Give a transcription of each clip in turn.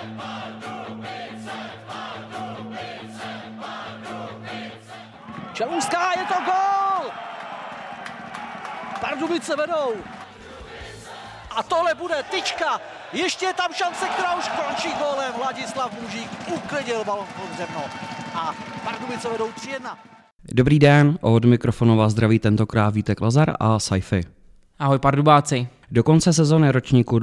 Čelůská, je to gól! Pardubice vedou. A tohle bude tyčka. Ještě je tam šance, která už končí gólem. Ladislav Mužík uklidil balon pod zemno. A Pardubice vedou 3-1. Dobrý den, od mikrofonu vás zdraví tentokrát Vítek Lazar a Saifi. Ahoj Pardubáci. Do konce sezony ročníku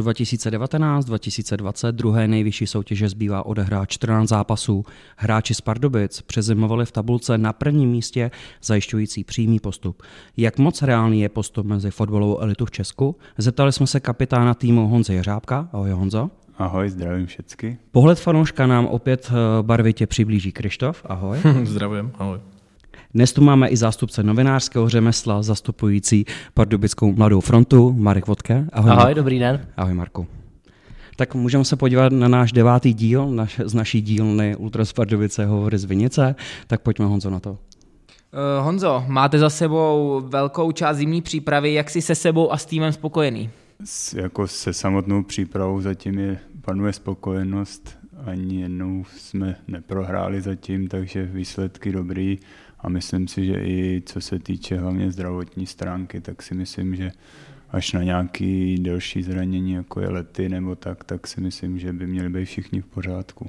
2019-2020 druhé nejvyšší soutěže zbývá odehrát 14 zápasů. Hráči z Pardubic přezimovali v tabulce na prvním místě, zajišťující přímý postup. Jak moc reálný je postup mezi fotbalovou elitu v Česku? Zeptali jsme se kapitána týmu Honzy Jeřábka. Ahoj Honzo. Ahoj, zdravím všecky. Pohled fanouška nám opět barvitě přiblíží Krištof. Ahoj. Zdravím, ahoj. Dnes tu máme i zástupce novinářského řemesla zastupující Pardubickou Mladou frontu, Marek Vodke. Ahoj, Marku. Dobrý den. Ahoj Marku. Tak můžeme se podívat na náš 9. díl z naší dílny Ultras Pardubice Hovory z Vinice. Tak pojďme Honzo na to. Honzo, máte za sebou velkou část zimní přípravy, jak jsi se sebou a s týmem spokojený? Jako se samotnou přípravou zatím panuje spokojenost. Ani jednou jsme neprohráli zatím, takže výsledky dobrý. A myslím si, že i co se týče hlavně zdravotní stránky, tak si myslím, že až na nějaké delší zranění, jako je lety nebo tak si myslím, že by měli být všichni v pořádku.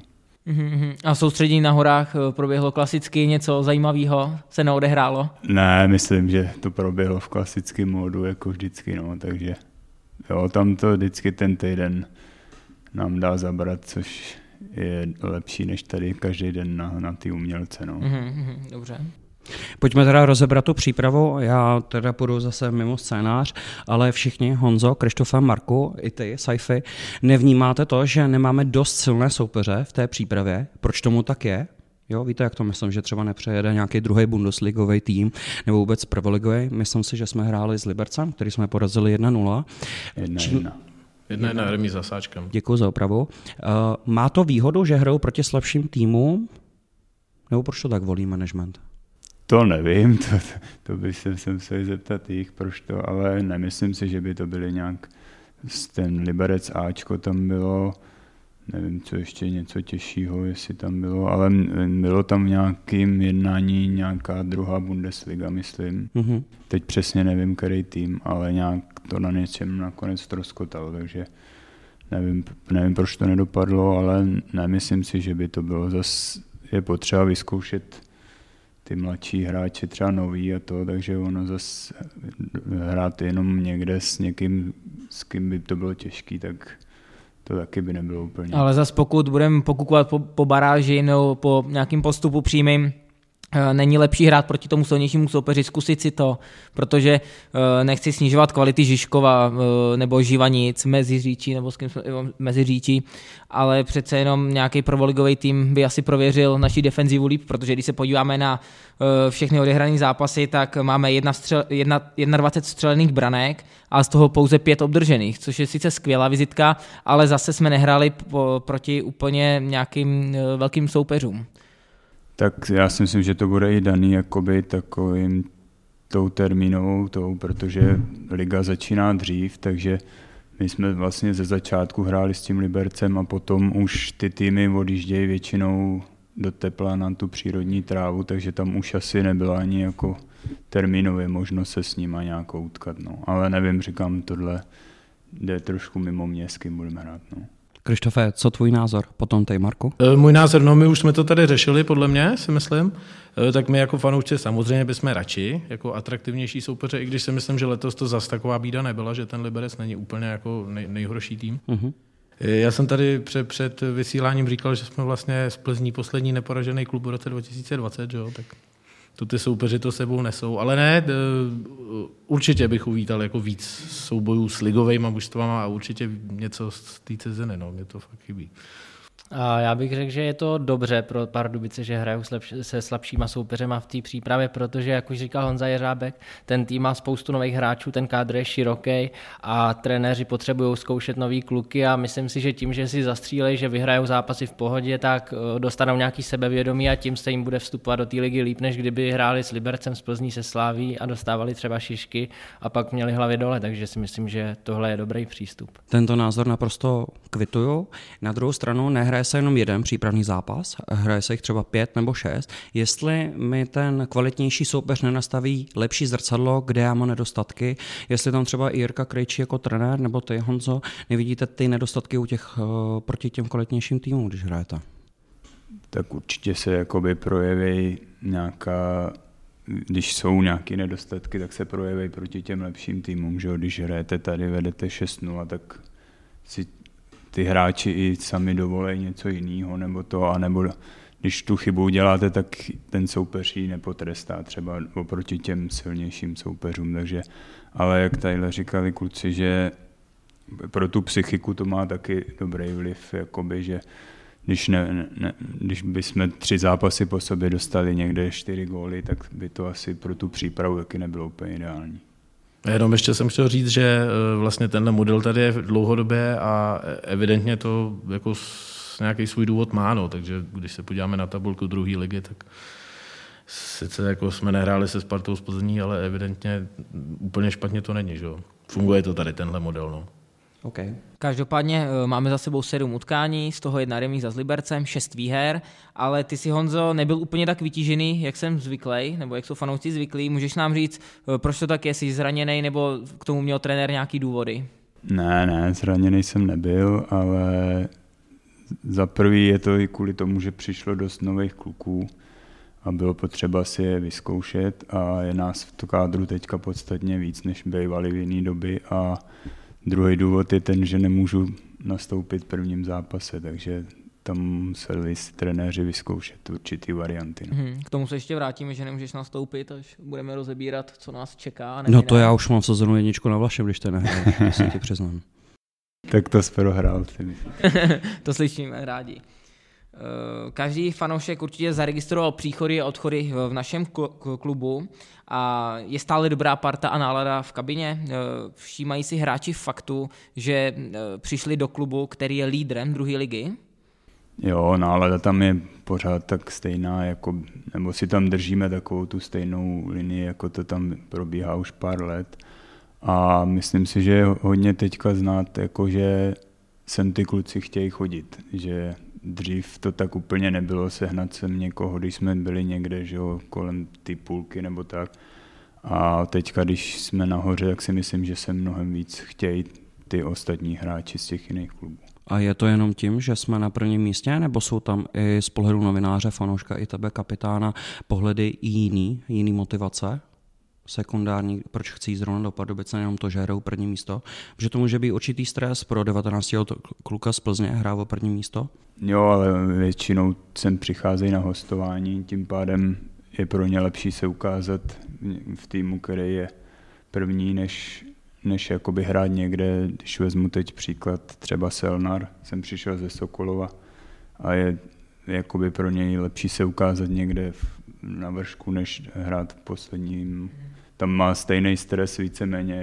A soustředění na horách proběhlo klasicky, něco zajímavého se neodehrálo? Ne, myslím, že to proběhlo v klasickém módu, jako vždycky, no, takže jo, tam to vždycky ten týden nám dá zabrat, což je lepší než tady každý den na ty umělce, no. Dobře. Pojďme teda rozebrat tu přípravu, já teda půjdu zase mimo scénář, ale všichni, Honzo, Krištofa, Marku, i ty, Saifi, nevnímáte to, že nemáme dost silné soupeře v té přípravě? Proč tomu tak je? Jo, víte, jak to myslím, že třeba nepřejede nějaký druhý bundesligový tým nebo vůbec prvoligový? Myslím si, že jsme hráli s Libercem, který jsme porazili 1-0. 1-1 remíza s Áčkem. Děkuji za opravu. Má to výhodu, že hrajou proti slabším týmům? Nebo proč to tak volí management? To nevím, to bych se musel zeptat jich, proč to, ale nemyslím si, že by to byly nějak, ten Liberec Ačko tam bylo, nevím, co ještě něco těžšího, jestli tam bylo, ale bylo tam v nějakým jednání nějaká druhá Bundesliga, myslím. Mm-hmm. Teď přesně nevím, který tým, ale nějak to na něčem nakonec ztroskotalo, takže nevím, proč to nedopadlo, ale nemyslím si, že by to bylo zase, je potřeba vyzkoušet ty mladší hráči, třeba nový a to, takže ono zase hrát jenom někde s někým, s kým by to bylo těžký, tak to taky by nebylo úplně. Ale zase pokud budeme pokukovat po baráži nebo po nějakým postupu přímým, není lepší hrát proti tomu silnějšímu soupeři, zkusit si to, nechci snižovat kvality Žižkova nebo Živanic, Meziříčí nebo s kým Meziříčí, ale přece jenom nějaký prvoligový tým by asi prověřil naši defenzivu líp, protože když se podíváme na všechny odehrané zápasy, tak máme 21 střelených branek a z toho pouze 5 obdržených, což je sice skvělá vizitka, ale zase jsme nehráli proti úplně nějakým velkým soupeřům. Tak já si myslím, že to bude i daný jakoby takovým tou termínovou, protože liga začíná dřív, takže my jsme vlastně ze začátku hráli s tím Libercem a potom už ty týmy odjíždějí většinou do tepla na tu přírodní trávu, takže tam už asi nebyla ani jako termínově možnost se s nima nějakou utkat. No. Ale nevím, říkám, tohle jde trošku mimo mě, s kým budeme hrát. No. Krištofe, co tvůj názor potom tej, Marku? Můj názor, my už jsme to tady řešili, podle mě, si myslím. Tak my jako fanoušci samozřejmě bychom radši, jako atraktivnější soupeře, i když si myslím, že letos to zas taková bída nebyla, že ten Liberec není úplně jako nejhorší tým. Uh-huh. Já jsem tady před vysíláním říkal, že jsme vlastně z Plzní poslední neporažený klub v roce 2020, že jo, tak tu ty soupeři to sebou nesou, ale ne, určitě bych uvítal jako víc soubojů s ligovejma mužstvama a určitě něco z té ciziny, no, mě to fakt chybí. A já bych řekl, že je to dobře pro Pardubice, že hrajou se slabšíma soupeřema v té přípravě, protože, jak už říkal Honza Jeřábek, ten tým má spoustu nových hráčů, ten kádr je široký a trenéři potřebují zkoušet nový kluky a myslím si, že tím, že si zastřílejí, že vyhrajou zápasy v pohodě, tak dostanou nějaký sebevědomí a tím se jim bude vstupovat do té ligy líp, než kdyby hráli s Libercem, s Plzní, se Slaví a dostávali třeba šišky a pak měli hlavě dole, takže si myslím, že tohle je dobrý přístup. Tento názor naprosto kvituju. Na druhou stranu nehraje se jenom jeden přípravný zápas, hraje se jich třeba 5 nebo 6. Jestli mi ten kvalitnější soupeř nenastaví lepší zrcadlo, kde já mám nedostatky, jestli tam třeba i Jirka Krejčí jako trenér nebo ty, Honzo, nevidíte ty nedostatky u těch, proti těm kvalitnějším týmům, když hrajete? Tak určitě se jakoby projeví nějaká, když jsou nějaké nedostatky, tak se projeví proti těm lepším týmům, že když hrajete tady, vedete 6-0, tak si ty hráči i sami dovolí něco jiného, nebo to, anebo když tu chybu uděláte, tak ten soupeř ji nepotrestá třeba oproti těm silnějším soupeřům, takže, ale jak tady říkali kluci, že pro tu psychiku to má taky dobrý vliv, jakoby, že když bychom 3 zápasy po sobě dostali někde 4 góly, tak by to asi pro tu přípravu taky nebylo úplně ideální. Jenom ještě jsem chtěl říct, že vlastně tenhle model tady je dlouhodobě a evidentně to jako nějaký svůj důvod má, no, takže když se podíváme na tabulku druhé ligy, tak sice jako jsme nehráli se Spartou z Plzní, ale evidentně úplně špatně to není, že jo. Funguje to tady tenhle model, no. Okay. Každopádně máme za sebou 7 utkání, z toho 1 remíza s Libercem, 6 výher, ale ty si, Honzo, nebyl úplně tak vytížený, jak jsem zvyklý, nebo jak jsou fanoušci zvyklí. Můžeš nám říct, proč to tak je, jsi zraněný, nebo k tomu měl trenér nějaký důvody? Ne, zraněný jsem nebyl, ale za prvý je to i kvůli tomu, že přišlo dost nových kluků a bylo potřeba si je vyzkoušet a je nás v to kádru teďka podstatně víc, než bývali v jiné doby a druhý důvod je ten, že nemůžu nastoupit v prvním zápase, takže tam museli si trenéři vyzkoušet určitý varianty. No. K tomu se ještě vrátíme, že nemůžeš nastoupit, až budeme rozebírat, co nás čeká. No to já už mám v sezonu 1 na Vlašem, když to nehraje, jestli ti přiznám. Tak to jsi prohrál, si myslím. To slyšíme rádi. Každý fanoušek určitě zaregistroval příchody a odchody v našem klubu a je stále dobrá parta a nálada v kabině. Všímají si hráči faktu, že přišli do klubu, který je lídrem druhé ligy? Jo, nálada tam je pořád tak stejná, jako, nebo si tam držíme takovou tu stejnou linii, jako to tam probíhá už pár let. A myslím si, že je hodně teďka znát, jako, že sem ty kluci chtějí chodit, že dřív to tak úplně nebylo sehnat sem někoho, když jsme byli někde, že jo, kolem ty půlky nebo tak. A teďka, když jsme nahoře, tak si myslím, že se mnohem víc chtějí ty ostatní hráči z těch jiných klubů. A je to jenom tím, že jsme na prvním místě, nebo jsou tam i z pohledu novináře, fanouška i tebe, kapitána, pohledy jiný motivace? Sekundární, proč chci jít zrovna do Pardubice, jenom to, že hrajou první místo? Protože to může být určitý stres pro 19 kluka z Plzně, hrát o první místo? Jo, ale většinou sem přicházejí na hostování, tím pádem je pro ně lepší se ukázat v týmu, který je první, než jakoby hrát někde, když vezmu teď příklad třeba Selnar, jsem přišel ze Sokolova a je jakoby pro něj lepší se ukázat někde na vršku, než hrát v posledním. Tam má stejný stres víceméně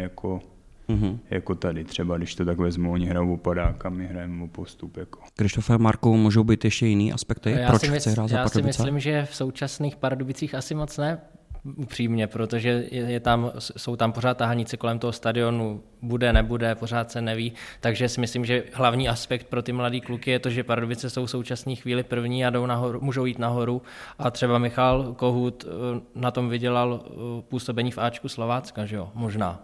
jako tady. Třeba když to tak vezmu, oni hrajou o padák a my hrajeme o postup. Jako. Krištofe, Marku, můžou být ještě jiný aspekty? Proč chce hrát za Pardubice? Já si myslím, že v současných Pardubicích asi moc ne, upřímně, protože jsou tam pořád tahanice kolem toho stadionu, bude, nebude, pořád se neví, takže si myslím, že hlavní aspekt pro ty mladý kluky je to, že Pardubice jsou v současné chvíli první a můžou jít nahoru a třeba Michal Kohut na tom vydělal působení v Ačku Slovácka, že jo, možná.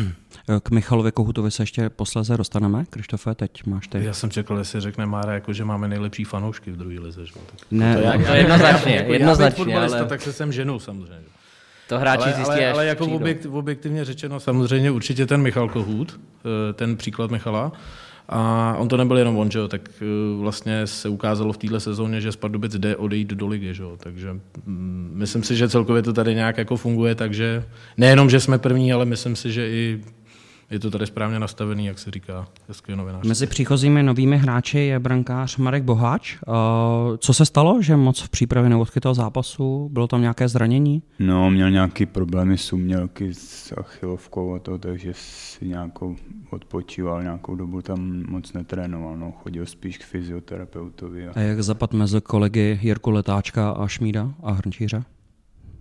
K Michalovi Kohutovi se ještě posléze dostaneme. Krištofe, teď máš ty. Já jsem čekal, jestli řekne Mára, jako, že máme nejlepší fanoušky v druhé lize. Že? Ne, to jednoznačně. Já fotbalista, ale tak se sem ženou samozřejmě. To hráči zjistí, ale jako objektivně řečeno, samozřejmě určitě ten Michal Kohut, ten příklad Michala, a on to nebyl jenom on, že jo, tak vlastně se ukázalo v této sezóně, že z Pardubic jde odejít do ligy, že jo, takže myslím si, že celkově to tady nějak jako funguje, takže nejenom, že jsme první, ale myslím si, že i je to tady správně nastavený, jak se říká hezký novinář. Mezi příchozími novými hráči je brankář Marek Boháč. Co se stalo, že moc v přípravě neodchytal zápasu? Bylo tam nějaké zranění? No, měl nějaký problémy s umělky, s achilovkou a to, takže si nějakou odpočíval, nějakou dobu tam moc netrénoval. No, chodil spíš k fyzioterapeutovi. A jak zapad mezi kolegy Jirku Letáčka a Šmída a Hrnčíře?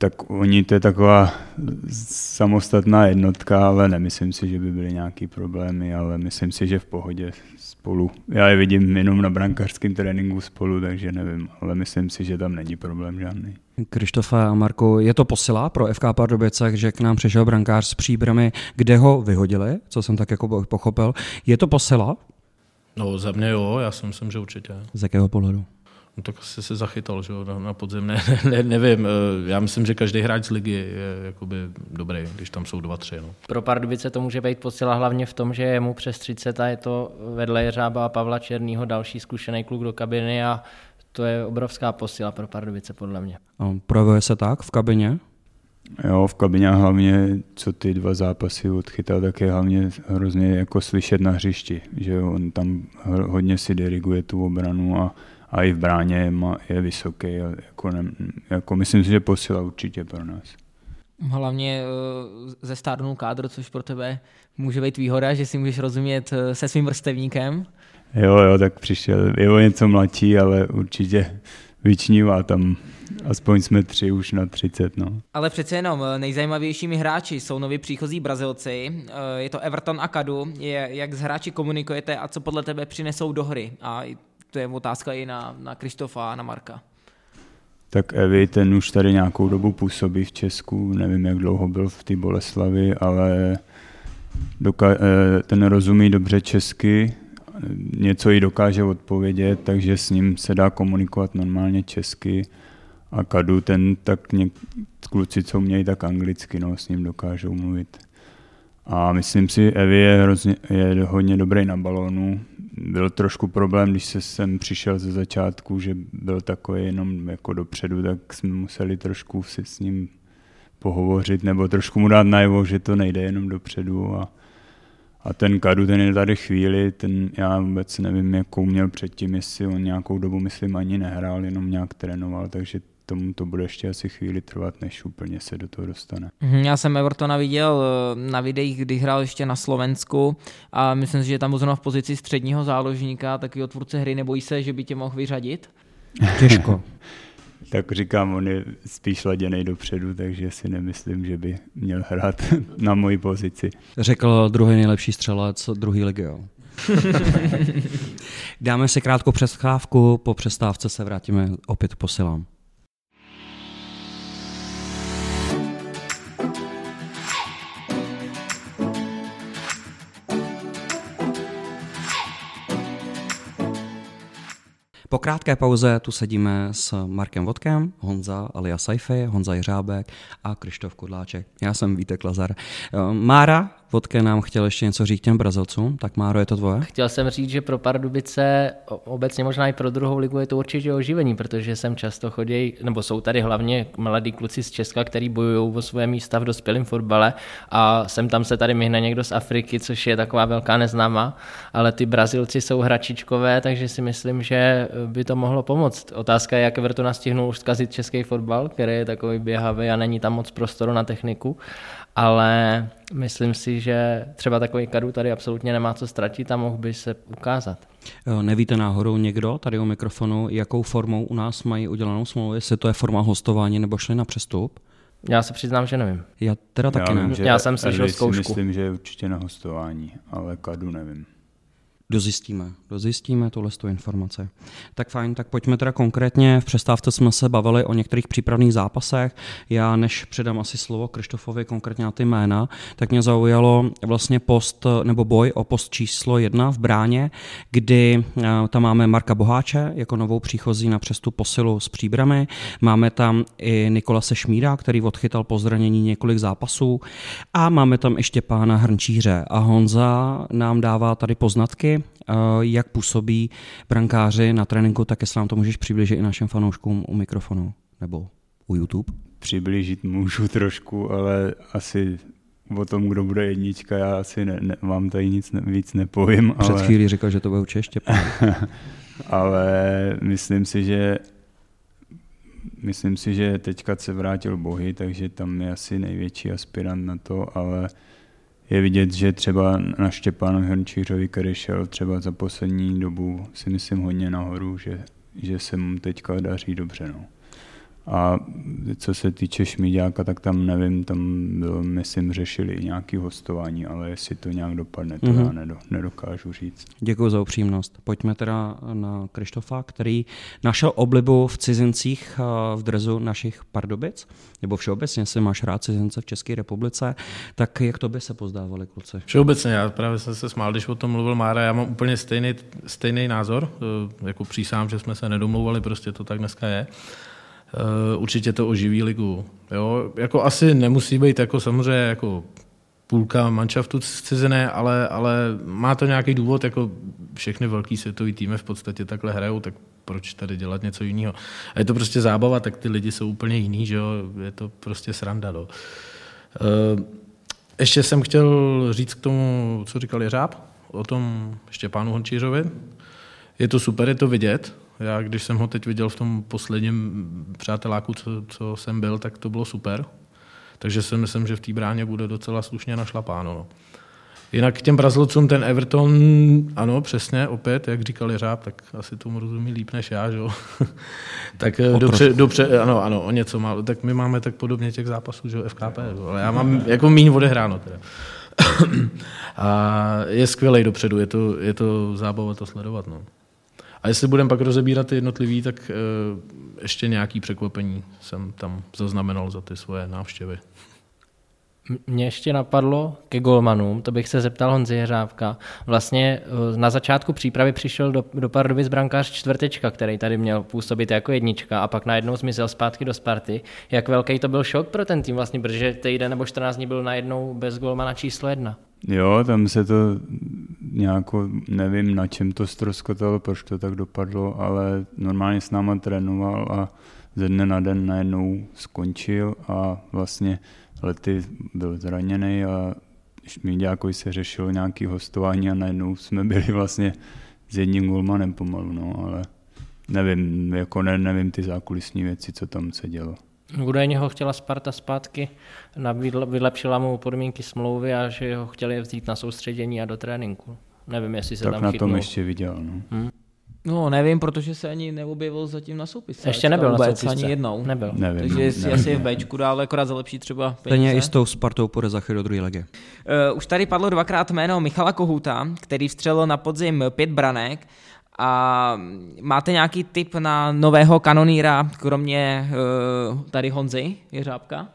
tak oni to je taková samostatná jednotka, ale nemyslím si, že by byly nějaký problémy, ale myslím si, že v pohodě spolu. Já je vidím jenom na brankářském tréninku spolu, takže nevím, ale myslím si, že tam není problém žádný. Krištofe a Marku, je to posila pro FK Pardubice, že k nám přišel brankář s Příbrami, kde ho vyhodili, co jsem tak jako pochopil. Je to posila? No za mě jo, já si myslím, že určitě. Z jakého pohledu? No tak asi se zachytal, že jo, na podzim, nevím, já myslím, že každý hráč z ligy je jakoby dobrý, když tam jsou 2-3. No. Pro Pardubice to může být posila hlavně v tom, že je mu přes 30 a je to vedle Jeřába a Pavla Černýho další zkušený kluk do kabiny a to je obrovská posila pro Pardubice podle mě. A projevuje se tak v kabině? Jo, v kabině hlavně, co ty 2 zápasy odchytal, tak je hlavně hrozně jako slyšet na hřišti, že on tam hodně si diriguje tu obranu a i v bráně je vysoký. Jako myslím si, že posila určitě pro nás. Hlavně zestárnul kádr, což pro tebe může být výhoda, že si můžeš rozumět se svým vrstevníkem. Jo, tak přišel, je o něco mladší, ale určitě vyčnívá tam. Aspoň jsme 3 už na 30. No. Ale přece jenom nejzajímavějšími hráči jsou nově příchozí Brazilci. Je to Everton a Kadu. Jak s hráči komunikujete a co podle tebe přinesou do hry? A to je otázka i na Krištofa a na Marka. Tak Evi, ten už tady nějakou dobu působí v Česku. Nevím, jak dlouho byl v té Boleslavi, ale ten rozumí dobře česky. Něco i dokáže odpovědět, takže s ním se dá komunikovat normálně česky. A Kadu, ten tak kluci, co umějí, tak anglicky, no, s ním dokážou mluvit. A myslím si, Evi je hodně dobrý na balónu. Byl trošku problém, když jsem přišel ze začátku, že byl takový jenom jako dopředu, tak jsme museli trošku si s ním pohovořit, nebo trošku mu dát najevo, že to nejde jenom dopředu. A ten Kadu, ten je tady chvíli, ten já vůbec nevím, jakou měl předtím, jestli on nějakou dobu, myslím, ani nehrál, jenom nějak trénoval, takže tomu to bude ještě asi chvíli trvat, než úplně se do toho dostane. Já jsem Evertona viděl na videích, kdy hrál ještě na Slovensku a myslím si, že tam zrovna v pozici středního záložníka, takový tvůrce hry, nebojí se, že by tě mohl vyřadit? Těžko. Tak říkám, on je spíš laděnej dopředu, takže si nemyslím, že by měl hrát na moji pozici. Řekl druhý nejlepší střelec druhý ligy, jo. Dáme si krátkou přestávku, po přestávce se vrátíme opět k posilám. Po krátké pauze tu sedíme s Markem Vodkem, Honza alias Saifi, Honza Jeřábek a Krištof Kudláček. Já jsem Vítek Lazar. Mára Vodke nám chtěl ještě něco říct těm Brazilcům, tak Máro, je to tvoje? Chtěl jsem říct, že pro Pardubice, obecně možná i pro druhou ligu, je to určitě oživení, protože sem často chodí, nebo jsou tady hlavně mladí kluci z Česka, kteří bojují o svoje místa v dospělém fotbale a sem tam se tady myhne někdo z Afriky, což je taková velká neznámá, ale ty Brazilci jsou hračičkové, takže si myslím, že by to mohlo pomoct. Otázka je, jak Evertona stihnul už zkazit český fotbal, který je takový běhavý a není tam moc prostoru na techniku, ale myslím si, že třeba takový Kadu tady absolutně nemá co ztratit a mohl by se ukázat. Nevíte náhodou někdo tady u mikrofonu, jakou formou u nás mají udělanou smlouvu, jestli to je forma hostování nebo šli na přestup? Já se přiznám, že nevím. Já teda taky nevím. Já jsem slyšel zkoušku. Myslím, že je určitě na hostování, ale Kadu nevím. Dozjistíme tuhle informace. Tak fajn, tak pojďme teda konkrétně. V přestávce jsme se bavili o některých přípravných zápasech. Já než předám asi slovo Krištofovi konkrétně na ty jména, tak mě zaujalo vlastně boj o post číslo 1 v bráně, kdy tam máme Marka Boháče jako novou příchozí na přestup posilu s Příbrami. Máme tam i Nikolase Šmída, který odchytal po zranění několik zápasů a máme tam ještě pána Hrnčíře. A Honza nám dává tady poznatky, jak působí brankáři na tréninku, tak jestli nám to můžeš přiblížit i našim fanouškům u mikrofonu nebo u YouTube. Přiblížit můžu trošku, ale asi o tom, kdo bude jednička, já asi vám tady nic víc nepovím. Před chvílí říkal, že to bude určitě Štěpán. Ale myslím si, že teďka se vrátil Bohy, takže tam je asi největší aspirant na to, ale je vidět, že třeba na Štěpánu Hrnčířovi, který šel třeba za poslední dobu, si myslím hodně nahoru, že se mu teďka daří dobře. No. A co se týče Šmíďáka, tak tam nevím, tam bylo, myslím, řešili nějaké hostování, ale jestli to nějak dopadne, to já nedokážu říct. Děkuji za upřímnost. Pojďme teda na Krištofa, který našel oblibu v cizincích v dresu našich Pardubic, nebo všeobecně, jestli máš rád cizince v České republice, tak jak to by se pozdávali, kluci? Všeobecně, já právě jsem se smál, když o tom mluvil Mára, já mám úplně stejný názor, jako přísám, že jsme se nedomlouvali, prostě to tak dneska je. Určitě to oživí ligu. Jo? Jako asi nemusí být jako samozřejmě jako půlka manšaftu ciziné, ale má to nějaký důvod, jako všechny velký světový týmy v podstatě takhle hrajou, tak proč tady dělat něco jiného? A je to prostě zábava, tak ty lidi jsou úplně jiný, že jo? Je to prostě sranda. No. Ještě jsem chtěl říct k tomu, co říkal Jeřáb, o tom Štěpánu Hončířovi. Je to super, je to vidět. Já, když jsem ho teď viděl v tom posledním přáteláku, co jsem byl, tak to bylo super. Takže si myslím, že v té bráně bude docela slušně našlapáno. No. Jinak k těm Brazilcům ten Everton, ano, přesně, opět, jak říkal Jeřáb, tak asi tomu rozumí líp než já, že jo. Tak dobře, ano, o něco málo. Tak my máme tak podobně těch zápasů, že jo, FKP, jo, ale já mám jako míň odehráno teda. A je skvělej dopředu, je to zábava to sledovat, no. A jestli budeme pak rozebírat ty jednotlivý, tak ještě nějaký překvapení jsem tam zaznamenal za ty svoje návštěvy. Mě ještě napadlo ke golmanům, to bych se zeptal Honzy Jeřábka. Vlastně na začátku přípravy přišel do Pardubic brankář Čtvrtečka, který tady měl působit jako jednička a pak najednou zmizel zpátky do Sparty. Jak velký to byl šok pro ten tým vlastně, protože týden nebo 14 dní byl najednou bez golmana číslo 1. Jo, tam se to nějako, nevím, na čem to ztroskotalo, proč to tak dopadlo, ale normálně s náma trénoval a ze dne na den najednou skončil a vlastně lety byl zraněný a Šmíďákovi se řešilo nějaké hostování a najednou jsme byli vlastně s jedním golmanem pomalu, no, ale nevím, jako nevím ty zákulisní věci, co tam se dělo. Údajně ho chtěla Sparta zpátky, vylepšila mu podmínky smlouvy a že ho chtěli vzít na soustředění a do tréninku. Nevím, jestli se tak tam na chytnul. tom ještě viděl, no. No, nevím, protože se ani neobjevil zatím na soupisce. Ještě nebyl na soupisce. Ani jednou. Nebyl. Nevím, takže asi je v Bčku dále, akorát zalepší třeba peníze. Stejně i s tou Spartou půjde za chvíli do druhé ligy. Už tady padlo dvakrát jméno Michala Kohouta, který vstřelil na podzim 5 branek. A máte nějaký tip na nového kanoníra, kromě tady Honzy Jeřábka?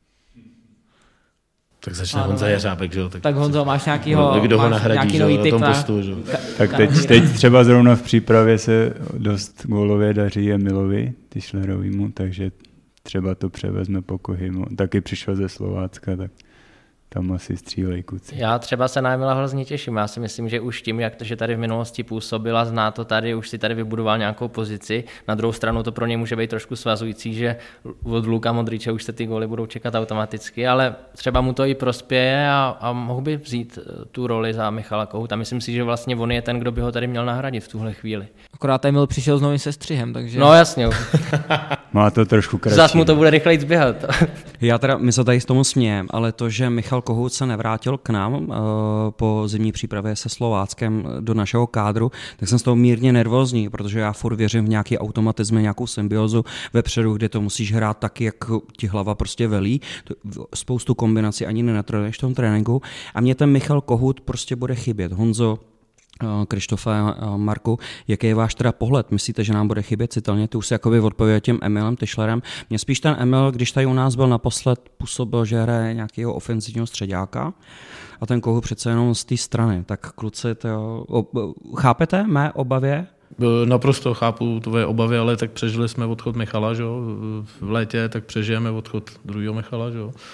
Tak začne Honza Jeřábek, že jo? Tak Honzo, máš nějakýho, kdo ho nahradí, nový tip tom na postu, že? Tak teď třeba zrovna v přípravě se dost gólově daří Emilovi Tischlerovýmu, takže třeba to převezme po Kohymu. Taky přišel ze Slovácka, tak tam asi střílej kuci. Já třeba se na Emila hrozně těším. Já si myslím, že už tím, jak to, že tady v minulosti působil a zná to tady, už si tady vybudoval nějakou pozici. Na druhou stranu to pro ně může být trošku svazující, že od Luka Modriče už se ty góly budou čekat automaticky, ale třeba mu to i prospěje a mohl by vzít tu roli za Michala Kohouta. Myslím si, že vlastně on je ten, kdo by ho tady měl nahradit v tuhle chvíli. Akorát Emil přišel s novým sestřihem, takže... No jasně. Má to trošku kratší. Zas mu to bude rychleji zběhat. My se tady s tomu smějeme, ale to, že Michal Kohout se nevrátil k nám po zimní přípravě se Slováckem do našeho kádru, tak jsem z toho mírně nervózní, protože já furt věřím v nějaký automatizmy, nějakou symbiozu vepředu, kde to musíš hrát taky, jak ti hlava prostě velí. Spoustu kombinací ani nenatrénuješ v tom tréninku a mě ten Michal Kohout prostě bude chybět. Honzo, Krištofe, Marku, jaký je váš teda pohled? Myslíte, že nám bude chybět citelně? Ty už si jakoby odpověděl těm Emilem Tischlerem. Mně spíš ten Emil, když tady u nás byl naposled, působil, že hraje nějakého ofenzivního středáka a ten Kohout přece jenom z té strany. Tak kluci, chápete mé obavě? Naprosto chápu tvoje obavy, ale tak přežili jsme odchod Michala, že? V létě, tak přežijeme odchod druhého Michala. Že?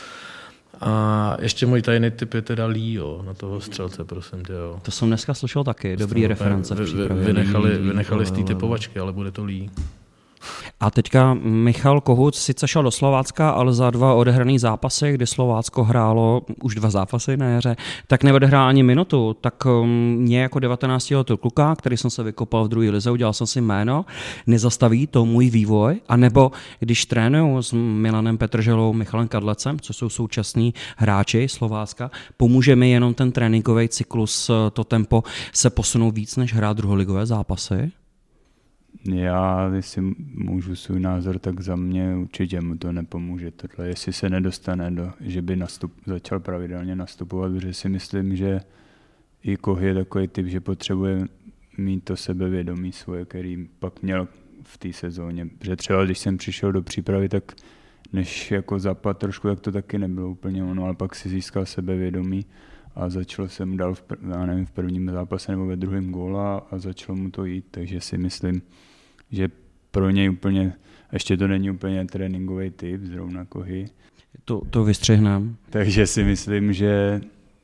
A ještě můj tajný tip je teda Lee, na toho střelce, prosím tě. Jo. To jsem dneska slyšel taky, dobrý reference v přípravě. Vynechali z té typovačky, ale bude to Lee. A teďka Michal Kohout sice šel do Slovácka, ale za 2 odehraný zápasy, kdy Slovácko hrálo už 2 zápasy na jaře, tak neodehrál ani minutu. Tak mě jako 19letý kluka, který jsem se vykopal v druhé lize, udělal jsem si jméno, nezastaví to můj vývoj, anebo když trénuju s Milanem Petrželou, Michalem Kadlecem, co jsou současní hráči Slovácka, pomůže mi jenom ten tréninkový cyklus, to tempo se posunout víc, než hrát druholigové zápasy? Já, jestli můžu svůj názor, tak za mě určitě mu to nepomůže tohle. Jestli se nedostane že by začal pravidelně nastupovat, protože si myslím, že i Koch je takový typ, že potřebuje mít to sebevědomí svoje, který pak měl v té sezóně. Protože třeba když jsem přišel do přípravy, tak než jako zapad trošku, tak to taky nebylo úplně ono, ale pak si získal sebevědomí a začal jsem dal v prvním zápase nebo ve druhém góla a začalo mu to jít, takže si myslím, že pro něj úplně, ještě to není úplně tréninkový typ, zrovna Kohy. To vystřihnám. Takže si myslím, že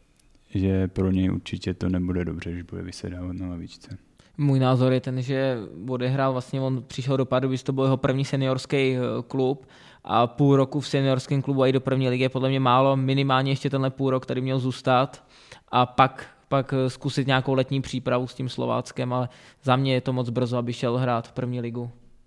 pro něj určitě to nebude dobře, že bude vysedávat na lavičce. Můj názor je ten, že odehrál, vlastně on přišel do Pardubic, to byl jeho první seniorský klub a půl roku v seniorském klubu a i do první ligy je podle mě málo, minimálně ještě tenhle půl rok tady měl zůstat a pak zkusit nějakou letní přípravu s tím Slováckem, ale za mě je to moc brzo, aby šel hrát první ligu.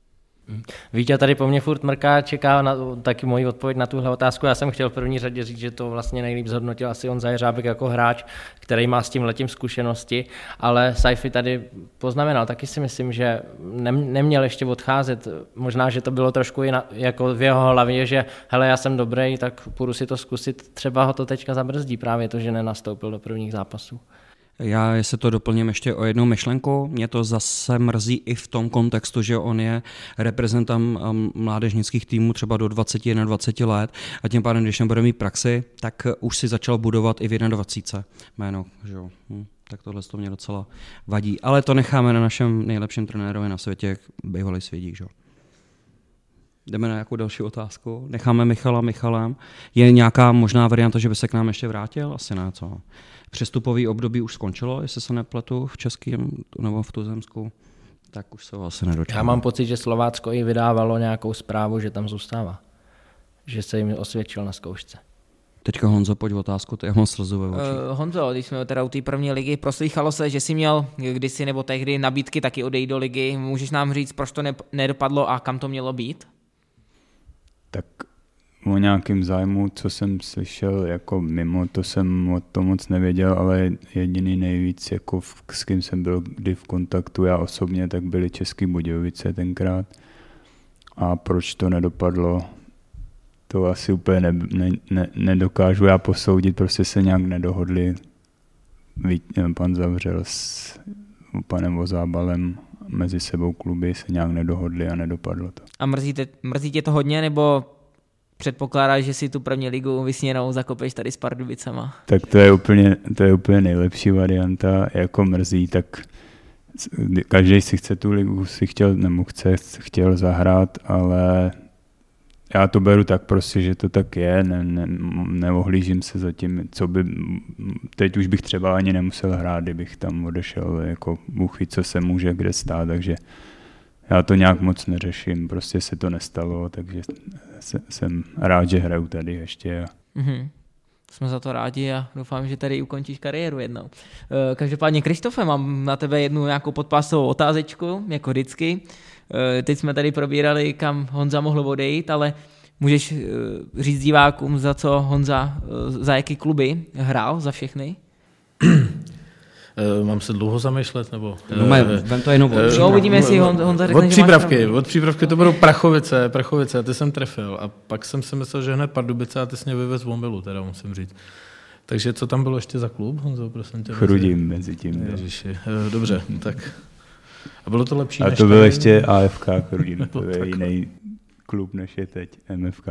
Vítě tady po mně furt mrká, čeká taky moji odpověď na tuhle otázku. Já jsem chtěl v první řadě říct, že to vlastně nejlíp zhodnotil asi Honza Jeřábek jako hráč, který má s tím letím zkušenosti, ale Saifi tady poznamenal, taky si myslím, že neměl ještě odcházet. Možná, že to bylo trošku jako v jeho hlavě, že hele, já jsem dobrý, tak půjdu si to zkusit. Třeba ho to teďka zabrzdí právě to, že nenastoupil do prvních zápasů. Já se to doplním ještě o jednu myšlenku. Mě to zase mrzí i v tom kontextu, že on je reprezentant mládežnických týmů třeba do 20 let a tím pádem, když nebude mít praxi, tak už si začal budovat i v 21 jméno. Že jo? Tak tohle to mě docela vadí. Ale to necháme na našem nejlepším trenérovi na světě, bývalý Svědík. Že? Jdeme na nějakou další otázku. Necháme Michala Michalem. Je nějaká možná varianta, že by se k nám ještě vrátil? Asi ne, co? Přestupový období už skončilo, jestli se nepletu v českém nebo v tuzemsku, tak už se ho asi nedočkám. Já mám pocit, že Slovácko i vydávalo nějakou zprávu, že tam zůstává. Že se jim osvědčil na zkoušce. Teďka Honzo, pojď otázku, ty já mám slzu ve očích. Honzo, když jsme teda u té první ligy, proslýchalo se, že jsi měl kdysi nebo tehdy nabídky taky odejít do ligy. Můžeš nám říct, proč to nedopadlo a kam to mělo být? Tak o nějakým zájmu, co jsem slyšel jako mimo, to jsem o tom moc nevěděl, ale jediný nejvíc, jako s kým jsem byl kdy v kontaktu já osobně, tak byly Český Budějovice tenkrát. A proč to nedopadlo, to asi úplně nedokážu já posoudit, prostě se nějak nedohodli. Pan Zavřel s panem Vozábalem, mezi sebou kluby se nějak nedohodli a nedopadlo to. A mrzí tě to hodně, nebo předpokládáš, že si tu první ligu vysněnou zakopeš tady s Pardubicama? Tak to je úplně nejlepší varianta, jako mrzí, tak každý si chce tu ligu, chtěl zahrát, ale já to beru tak prostě, že to tak je, neohlížím se za tím, teď už bych třeba ani nemusel hrát, kdybych tam odešel, jako Bůh ví, co se může kde stát, takže já to nějak moc neřeším, prostě se to nestalo, takže jsem rád, že hraju tady ještě. Mm-hmm. Jsme za to rádi a doufám, že tady ukončíš kariéru jednou. Každopádně, Krištofe, mám na tebe jednu nějakou podpásovou otázečku, jako vždycky. Teď jsme tady probírali, kam Honza mohl odejít, ale můžeš říct divákům, za jaký kluby hrál, za všechny? Mám se dlouho zamýšlet, nebo... Vem to jenom uvidíme, jestli Honza řekne, Od přípravky to budou Prachovice, ty jsem trefil a pak jsem si myslel, že hned Pardubice a ty jsi mě vyvez v omylu, teda musím říct. Takže co tam bylo ještě za klub, Honzo, prosím tě? Chrudim mezi tím. Ježiši, dobře, tak... A bylo to lepší a než... to byl ještě AFK Chrudim, to je jiný klub než je teď MFK.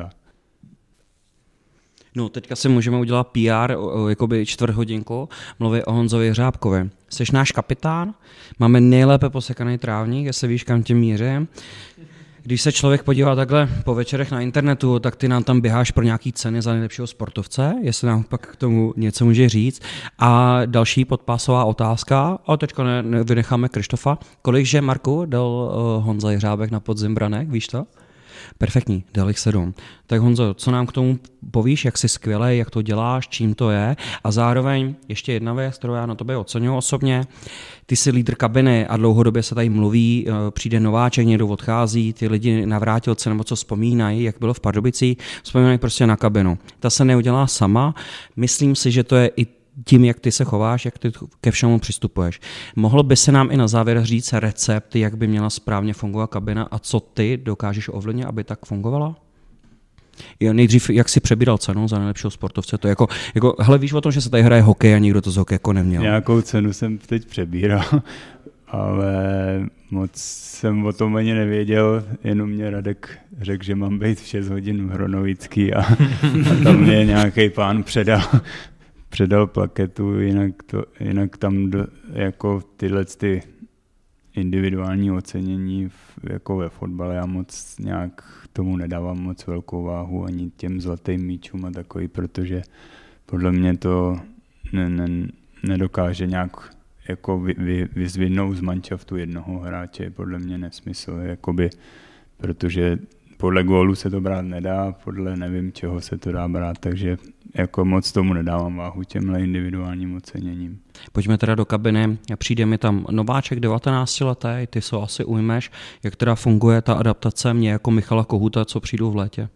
No, teďka si můžeme udělat PR, jakoby čtvrthodinku, mluví o Honzovi Jeřábkovi. Jsi náš kapitán, máme nejlépe posekaný trávník, jestli víš, kam tě mířím. Když se člověk podívá takhle po večerech na internetu, tak ty nám tam běháš pro nějaký ceny za nejlepšího sportovce, jestli nám pak k tomu něco může říct. A další podpásová otázka, a teďka vynecháme Krištofa. Kolikže, Marku, dal Honza Jeřábek na podzim branek, víš to? Perfektní, dal jich 7. Tak Honzo, co nám k tomu povíš, jak jsi skvělej, jak to děláš, čím to je a zároveň ještě jedna věc, kterou já na tobě oceňuji osobně, ty jsi lídr kabiny a dlouhodobě se tady mluví, přijde nováček, někdo odchází, ty lidi navrátilce nebo co vzpomínají, jak bylo v Pardubicích, vzpomínají prostě na kabinu. Ta se neudělá sama, myslím si, že to je i tím, jak ty se chováš, jak ty ke všemu přistupuješ. Mohl by se nám i na závěr říct recept, jak by měla správně fungovat kabina a co ty dokážeš ovlivnit, aby tak fungovala? Nejdřív, jak si přebíral cenu za nejlepšího sportovce, to jako hele, víš o tom, že se tady hraje hokej a nikdo to z hokeje jako neměl. Nějakou cenu jsem teď přebíral, ale moc jsem o tom ani nevěděl, jenom mě Radek řekl, že mám být v 6 hodin v Hronovický a tam mě nějaký pán předal plaketu, jinak tam jako tyhle ty individuální ocenění jako ve fotbale já moc nějak tomu nedávám moc velkou váhu ani těm zlatým míčům a takový, protože podle mě to nedokáže nějak jako vyzvidnout z manšaftu jednoho hráče, je podle mě nesmysl, jakoby, protože podle gólu se to brát nedá, podle nevím čeho se to dá brát, takže jako moc tomu nedávám váhu těmhle individuálním oceněním. Pojďme teda do kabiny, přijde mi tam nováček 19 letý, ty se asi ujmeš, jak teda funguje ta adaptace mě jako Michala Kohuta, co přijdu v létě?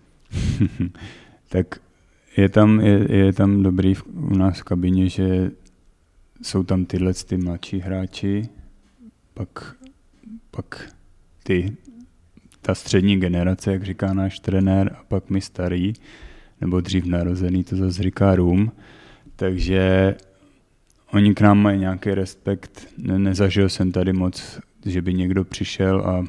Tak je tam dobrý u nás v kabině, že jsou tam tyhle ty mladší hráči, pak ta střední generace, jak říká náš trenér, a pak my starý, nebo dřív narozený, to zase říká Rum. Takže oni k nám mají nějaký respekt. Nezažil jsem tady moc, že by někdo přišel a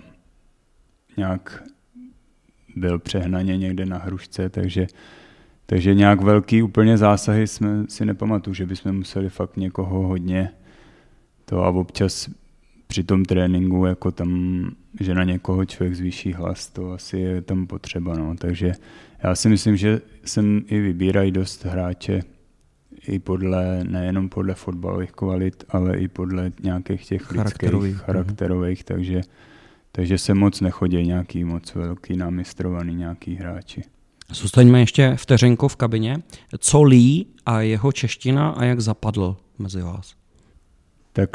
nějak byl přehnaně někde na hrušce, takže nějak velký úplně zásahy jsme si nepamatuju, že bychom museli fakt někoho hodně to a občas při tom tréninku, jako tam, že na někoho člověk zvýší hlas, to asi je tam potřeba. No. Takže já si myslím, že sem i vybírají dost hráče i nejenom podle fotbalových kvalit, ale i podle nějakých těch lidských, charakterových, takže se moc nechodí nějaký moc velký námistrovaný nějaký hráči. Zůstaňme ještě vteřinku v kabině. Co Lee a jeho čeština a jak zapadl mezi vás? Tak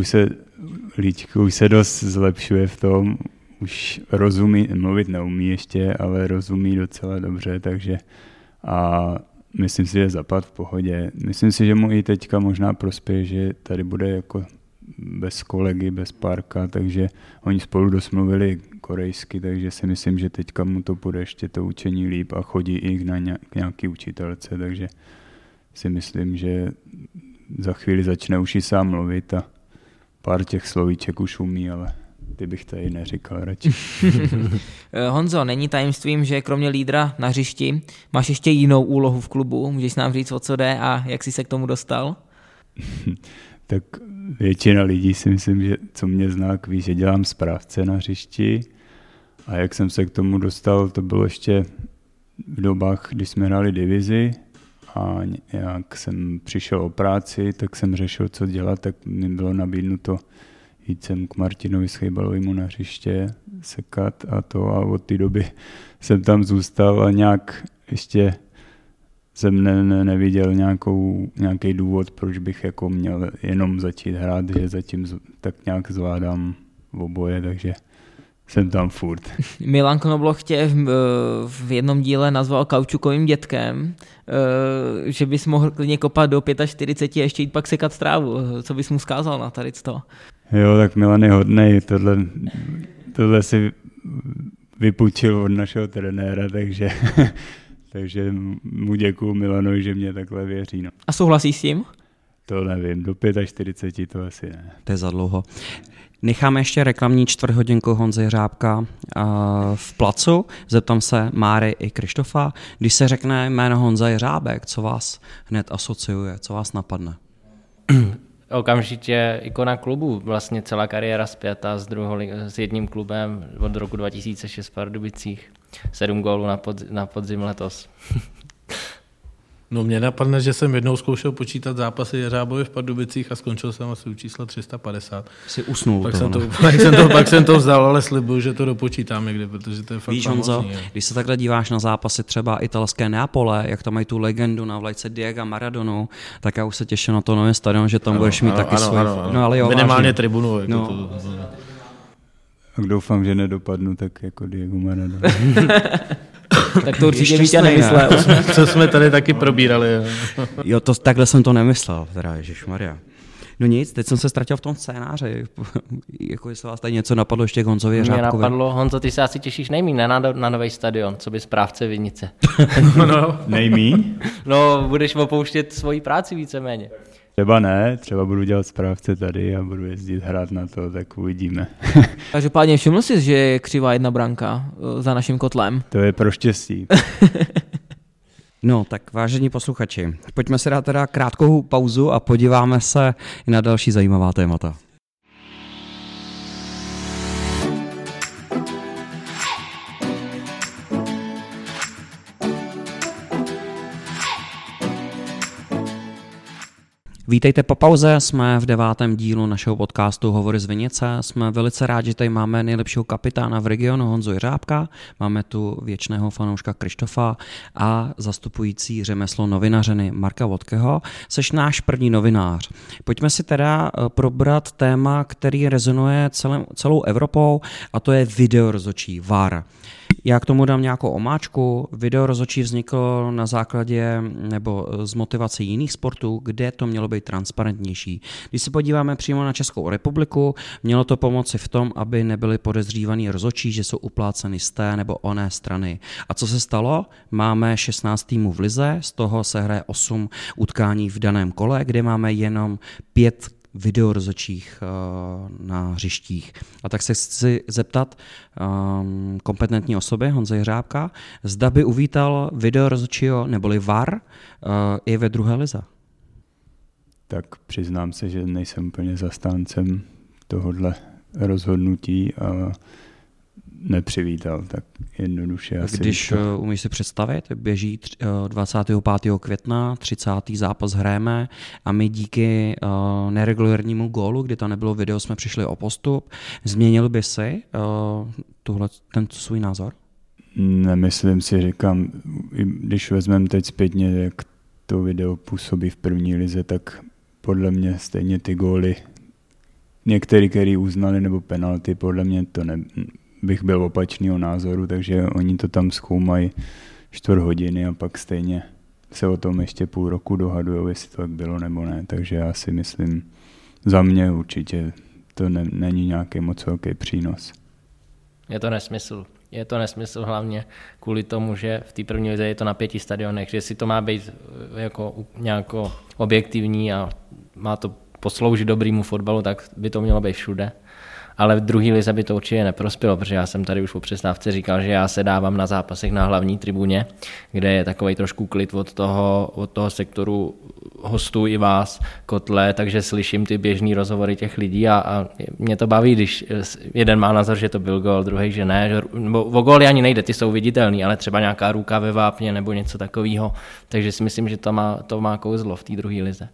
Líčkou se dost zlepšuje v tom, už rozumí, mluvit neumí ještě, ale rozumí docela dobře, takže a myslím si, že zapad v pohodě. Myslím si, že mu i teďka možná prospěje, že tady bude jako bez kolegy, bez párka, takže oni spolu dost mluvili korejsky, takže si myslím, že teďka mu to půjde ještě to učení líp a chodí i k nějaký učitelce, takže si myslím, že za chvíli začne už i sám mluvit a pár těch slovíček už umí, ale ty bych tady neříkal radši. Honzo, není tajemstvím, že kromě lídra na hřišti máš ještě jinou úlohu v klubu. Můžeš nám říct, o co jde a jak jsi se k tomu dostal? Tak většina lidí si myslím, že co mě zná, ví, že dělám správce na hřišti a jak jsem se k tomu dostal, to bylo ještě v dobách, kdy jsme hráli divizi a jak jsem přišel o práci, tak jsem řešil, co dělat, tak mi bylo nabídnuto jít sem k Martinovi Schejbalovému na hřiště, sekat a od té doby jsem tam zůstal a nějak ještě jsem neviděl nějaký důvod, proč bych jako měl jenom začít hrát, že zatím tak nějak zvládám oboje, takže jsem tam furt. Milan Knobloch tě v jednom díle nazval kaučukovým dětkem, že bys mohl klidně kopat do 45 a ještě jít pak sekat trávu. Co bys mu vzkázal na tady to? Jo, tak Milan je hodnej, tohle si vypůjčil od našeho trenéra, takže mu děkuju Milanovi, že mě takhle věří. No. A souhlasíš s tím? To nevím, do 45 to asi ne. To je za dlouho. Necháme ještě reklamní čtvrthodinku Honzy Hřábka v placu. Zeptám se Máry i Krištofa. Když se řekne jméno Honza Hřábek, co vás hned asociuje, co vás napadne? Okamžitě ikona klubu, vlastně celá kariéra zpěta s jedním klubem od roku 2006 v Pardubicích. 7 gólů na podzim letos. No mě napadne, že jsem jednou zkoušel počítat zápasy Jeřábovi v Pardubicích a skončil jsem asi u čísla 350. Jsi usnul. Pak jsem to vzdal, ale slibuju, že to dopočítám někdy, protože to je fakt. Víš, Honzo, když se takhle díváš na zápasy třeba italské Neapole, jak tam mají tu legendu na vlajce Diega Maradonu, tak já už se těším na to nové stadion, že tam budeš mít taky svůj. No, ale jo, minimálně tribunu. Jako no. to. A doufám, že nedopadnu tak jako Diego Maradona. Tak to určitě Ještě Vítě stejné. nemyslel. Co jsme tady taky probírali. Jo, takhle jsem to nemyslel, teda ježišmarja. No nic, teď jsem se ztratil v tom scénáři. Jako jestli vás tady něco napadlo ještě k Honzovi Mě Řábkovi. napadlo, Honzo, ty se asi těšíš nejmíň na nový stadion, co by správce Vinice. No. Nejmíň? No, budeš opouštět svoji práci víceméně. Třeba ne, třeba budu dělat správce tady a budu jezdit hrát na to, tak uvidíme. Každopádně všiml jsi, že je křivá jedna branka za naším kotlem. To je pro štěstí. No, tak vážení posluchači, pojďme si dát teda krátkou pauzu a podíváme se i na další zajímavá témata. Vítejte po pauze, jsme v 9. dílu našeho podcastu Hovory z Vinice. Jsme velice rádi, že tady máme nejlepšího kapitána v regionu Honzu Jeřábka, máme tu věčného fanouška Krištofa a zastupující řemeslo novinařiny Marka Vodkeho. Seš náš první novinář. Pojďme si teda probrat téma, který rezonuje celou Evropou, a to je videorozhodčí VAR. Já k tomu dám nějakou omáčku. Video rozhodčí vzniklo na základě nebo z motivace jiných sportů, kde to mělo být transparentnější. Když se podíváme přímo na Českou republiku, mělo to pomoci v tom, aby nebyli podezřívaní rozhodčí, že jsou upláceny z té nebo oné strany. A co se stalo? Máme 16 týmů v lize, z toho se hraje 8 utkání v daném kole, kde máme jenom 5 videorozhodčích na hřištích. A tak se chci zeptat kompetentní osoby Honzy Hřábka, zda by uvítal videorozhodčího neboli VAR i ve druhé lize. Tak přiznám se, že nejsem úplně zastáncem tohohle rozhodnutí a nepřivítal tak jednoduše. Když umíš si představit, běží 25. května, 30. zápas hrajeme a my díky neregulérnímu gólu, kdy to nebylo video, jsme přišli o postup. Změnil by si ten svůj názor? Nemyslím si, říkám, když vezmeme teď zpětně, jak to video působí v první lize, tak podle mě stejně ty góly, některý, který uznali, nebo penalty, podle mě to bych byl opačného názoru, takže oni to tam zkoumají 4 hodiny a pak stejně se o tom ještě půl roku dohadujou, jestli to tak bylo nebo ne, takže já si myslím, za mě určitě to není nějaký moc velký přínos. Je to nesmysl. Je to nesmysl hlavně kvůli tomu, že v té první lize je to na 5 stadionech, že si to má být jako nějako objektivní a má to posloužit dobrýmu fotbalu, tak by to mělo být všude. Ale v druhé lize by to určitě neprospělo, protože já jsem tady už po přestávce říkal, že já se dávám na zápasech na hlavní tribuně, kde je takovej trošku klid od toho sektoru hostů i vás, kotle, takže slyším ty běžný rozhovory těch lidí a mě to baví, když jeden má názor, že to byl gól, druhý, že ne. Nebo o góly ani nejde, ty jsou viditelný, ale třeba nějaká ruka ve vápně nebo něco takového. Takže si myslím, že to má kouzlo v té druhé lize.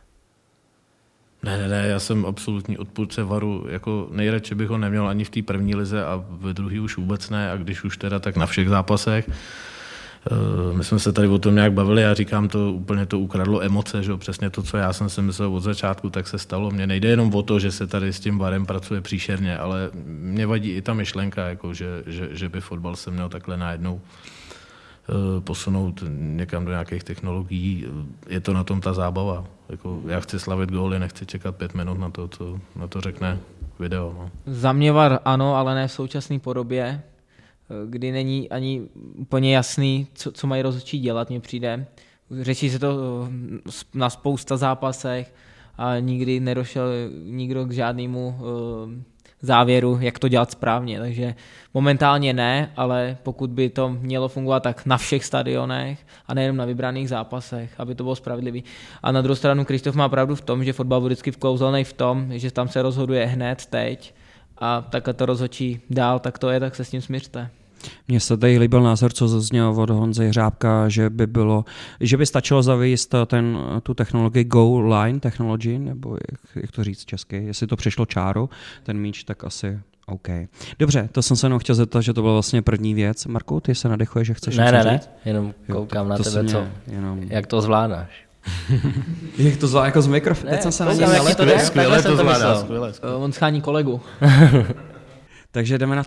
Ne, já jsem absolutní odpůrce VARu, jako nejradši bych ho neměl ani v té první lize a ve druhé už vůbec ne, a když už teda, tak na všech zápasech. My jsme se tady o tom nějak bavili, já říkám, to úplně to ukradlo emoce, že jo? Přesně to, co já jsem si myslel od začátku, tak se stalo. Mně nejde jenom o to, že se tady s tím VARem pracuje příšerně, ale mě vadí i ta myšlenka, jako že by fotbal se měl takhle najednou posunout někam do nějakých technologií. Je to na tom ta zábava. Jako já chci slavit góly, nechci čekat 5 minut na to, co na to řekne video. No. Za mě VAR ano, ale ne v současné podobě, kdy není ani úplně jasný, co mají rozhodčí dělat, mně přijde. Řeší se to na spousta zápasech a nikdy nedošel nikdo k žádnému závěru, jak to dělat správně. Takže momentálně ne, ale pokud by to mělo fungovat, tak na všech stadionech a nejenom na vybraných zápasech, aby to bylo spravedlivý. A na druhou stranu Krištof má pravdu v tom, že fotbal byl vždycky vkouzelný v tom, že tam se rozhoduje hned, teď a takhle to rozhodčí dál, tak to je, tak se s tím smiřte. Mně se tady líbil názor, co zazněl od Honzy Hřábka, že by stačilo zavést tu technologii Goal Line Technology, nebo jak to říct česky, jestli to přešlo čáru, ten míč, tak asi OK. Dobře, to jsem se jenom chtěl zeptat, že to byla vlastně první věc. Marku, ty se nadechuješ, že chceš něco říct? Ne, jenom koukám na tebe, jak to zvládáš. Jak to zvládá jako z mikrofonu? Teď jsem se na něj Skvěle to zvládá. On schání kolegu. Takže jdeme na to.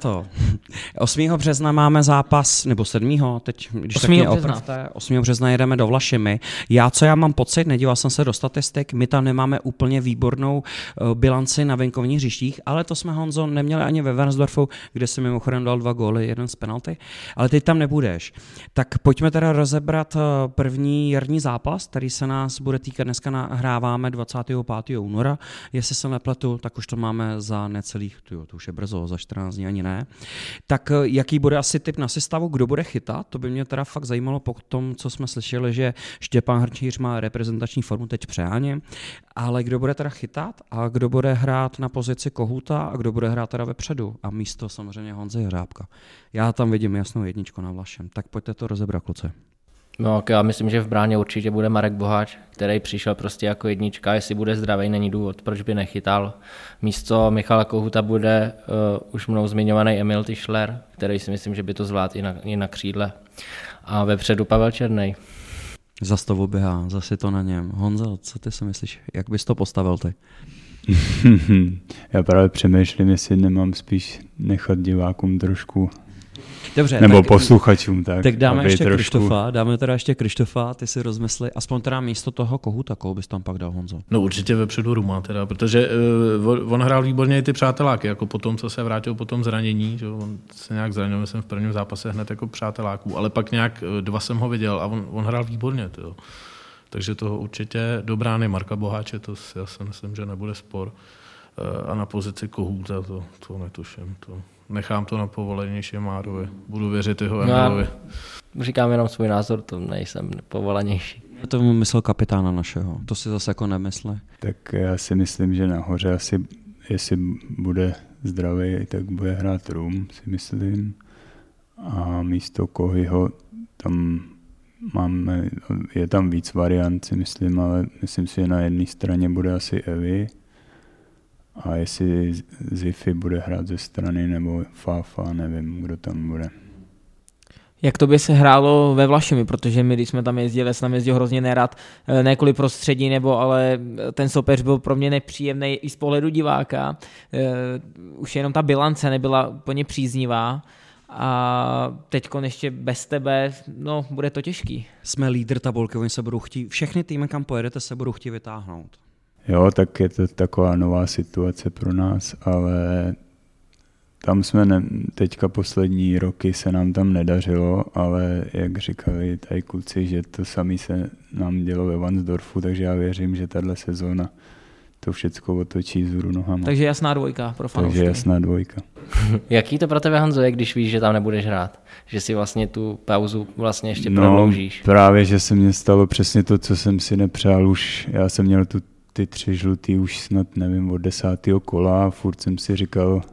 8. března máme zápas, nebo 7. teď, když 8. tak mě března. opravte, 8. března jedeme do Vlašimi. Co mám pocit, nedíval jsem se do statistik, my tam nemáme úplně výbornou bilanci na venkovních hřištích, ale to jsme, Honzo, neměli ani ve Wernsdorfu, kde si mimochodem dal 2 góly, 1 z penalty, ale teď tam nebudeš. Tak pojďme teda rozebrat první jarní zápas, který se nás bude týkat. Dneska nahráváme 25. února, jestli se nepletu, tak už to máme za necelých, to už je brzo, za 14 dní ani ne. Tak jaký bude asi tip na sestavu, kdo bude chytat? To by mě teda fakt zajímalo po tom, co jsme slyšeli, že Štěpán Hrnčíř má reprezentační formu teď přeháně, ale kdo bude teda chytat a kdo bude hrát na pozici Kohouta a kdo bude hrát teda vepředu a místo samozřejmě Honzy Hřábka. Já tam vidím jasnou 1 na Vlašem, tak pojďte to rozebrat, kluci. No, já myslím, že v bráně určitě bude Marek Boháč, který přišel prostě jako 1, jestli bude zdravý, není důvod, proč by nechytal. Místo Michala Kohouta bude už mnou zmiňovaný Emil Tischler, který si myslím, že by to zvládl i na křídle. A vepředu Pavel Černej. Zas to oběhá, zase to na něm. Honzo, co ty si myslíš, jak bys to postavil ty? Já právě přemýšlím, jestli nemám spíš nechat divákům trošku, Dobře, nebo posluchačům. Tak dáme ještě trošku... Krištofa, dáme teda ještě Krištofa, ty si rozmysli, aspoň teda místo toho Kohouta, koho bys tam pak dal, Honzo? No určitě vepředu Ruma teda, protože on hrál výborně i ty přáteláky, jako po tom, co se vrátil po tom zranění, že on se nějak zranil, jsem v prvním zápase hned jako přáteláků, ale pak nějak 2 jsem ho viděl a on hrál výborně, tyjo. Takže toho určitě do brány Marka Boháče, to já si myslím, že nebude spor. A na pozici Kohouta to netuším. Nechám to na povolanější Márovi. Budu věřit jeho Emilovi. Říkám jenom svůj názor, to nejsem povolanější. To myslel kapitána našeho, to si zase jako nemysli. Tak já si myslím, že nahoře asi, jestli bude zdravý, tak bude hrát Rum, si myslím. A místo Kohyho tam je tam víc variant, si myslím, ale myslím si, že na jedné straně bude asi Evy. A jestli Zifi bude hrát ze strany nebo Fafa, nevím, kdo tam bude. Jak to by se hrálo ve Vlašimi, protože my, když jsme tam jezdili, jsem tam jezdil hrozně nerad, ne kvůli prostředí, ale ten soupeř byl pro mě nepříjemný i z pohledu diváka. Už jenom ta bilance nebyla úplně příznivá a teďkon ještě bez tebe, no, bude to těžký. Jsme lídr tabulky, oni se budou chtít, všechny týmy, kam pojedete, se budou chtít vytáhnout. Jo, tak je to taková nová situace pro nás, ale tam jsme teďka poslední roky se nám tam nedařilo, ale jak říkali tady kluci, že to samé se nám dělo ve Wernsdorfu, takže já věřím, že tahle sezóna to všecko otočí vzhůru nohama. Takže jasná 2 pro fanoušky. Takže jasná 2. Jaký to pro tebe, Honzo, je, když víš, že tam nebudeš hrát? Že si vlastně tu pauzu vlastně ještě prodloužíš? Právě, že se mně stalo přesně to, co jsem si nepřál už. Já jsem měl ty 3 žlutý už snad, nevím, od 10. kola a furt jsem si říkal,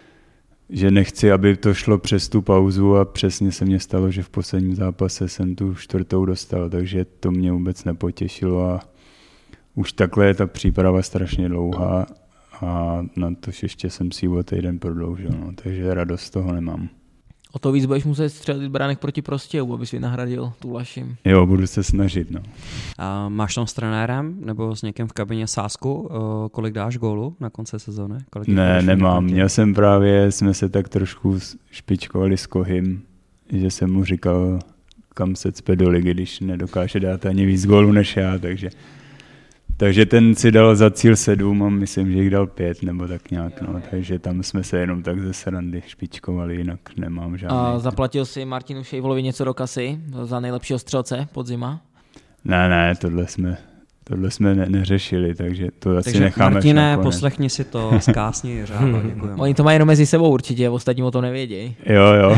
že nechci, aby to šlo přes tu pauzu a přesně se mně stalo, že v posledním zápase jsem tu 4. dostal, takže to mě vůbec nepotěšilo a už takhle je ta příprava strašně dlouhá a na to ještě jsem si ji o týden prodloužil, no, takže radost z toho nemám. O to víc budeš muset střelit bránek proti Prostějovu, abys vynahradil tu Vlašim. Jo, budu se snažit, no. A máš tam s trenérem nebo s někým v kabině sázku, kolik dáš gólu na konci sezóny? Ne, nemám. Měl jsem právě, jsme se tak trošku špičkovali s Kohym, že jsem mu říkal, kam se cpe do ligy, když nedokáže dát ani víc gólů než já, takže ten si dal za cíl 7 a myslím, že jich dal 5 nebo tak nějak, no, takže tam jsme se jenom tak ze srandy špičkovali, jinak nemám žádný. A zaplatil si Martinu Šejvolovi něco do kasy za nejlepšího střelce podzima? Ne, tohle jsme neřešili, takže to asi necháme. Martine, poslechni si to, zkásni Hřába, děkujeme. Oni to mají jenom mezi sebou určitě, ostatní o to nevědějí. Jo.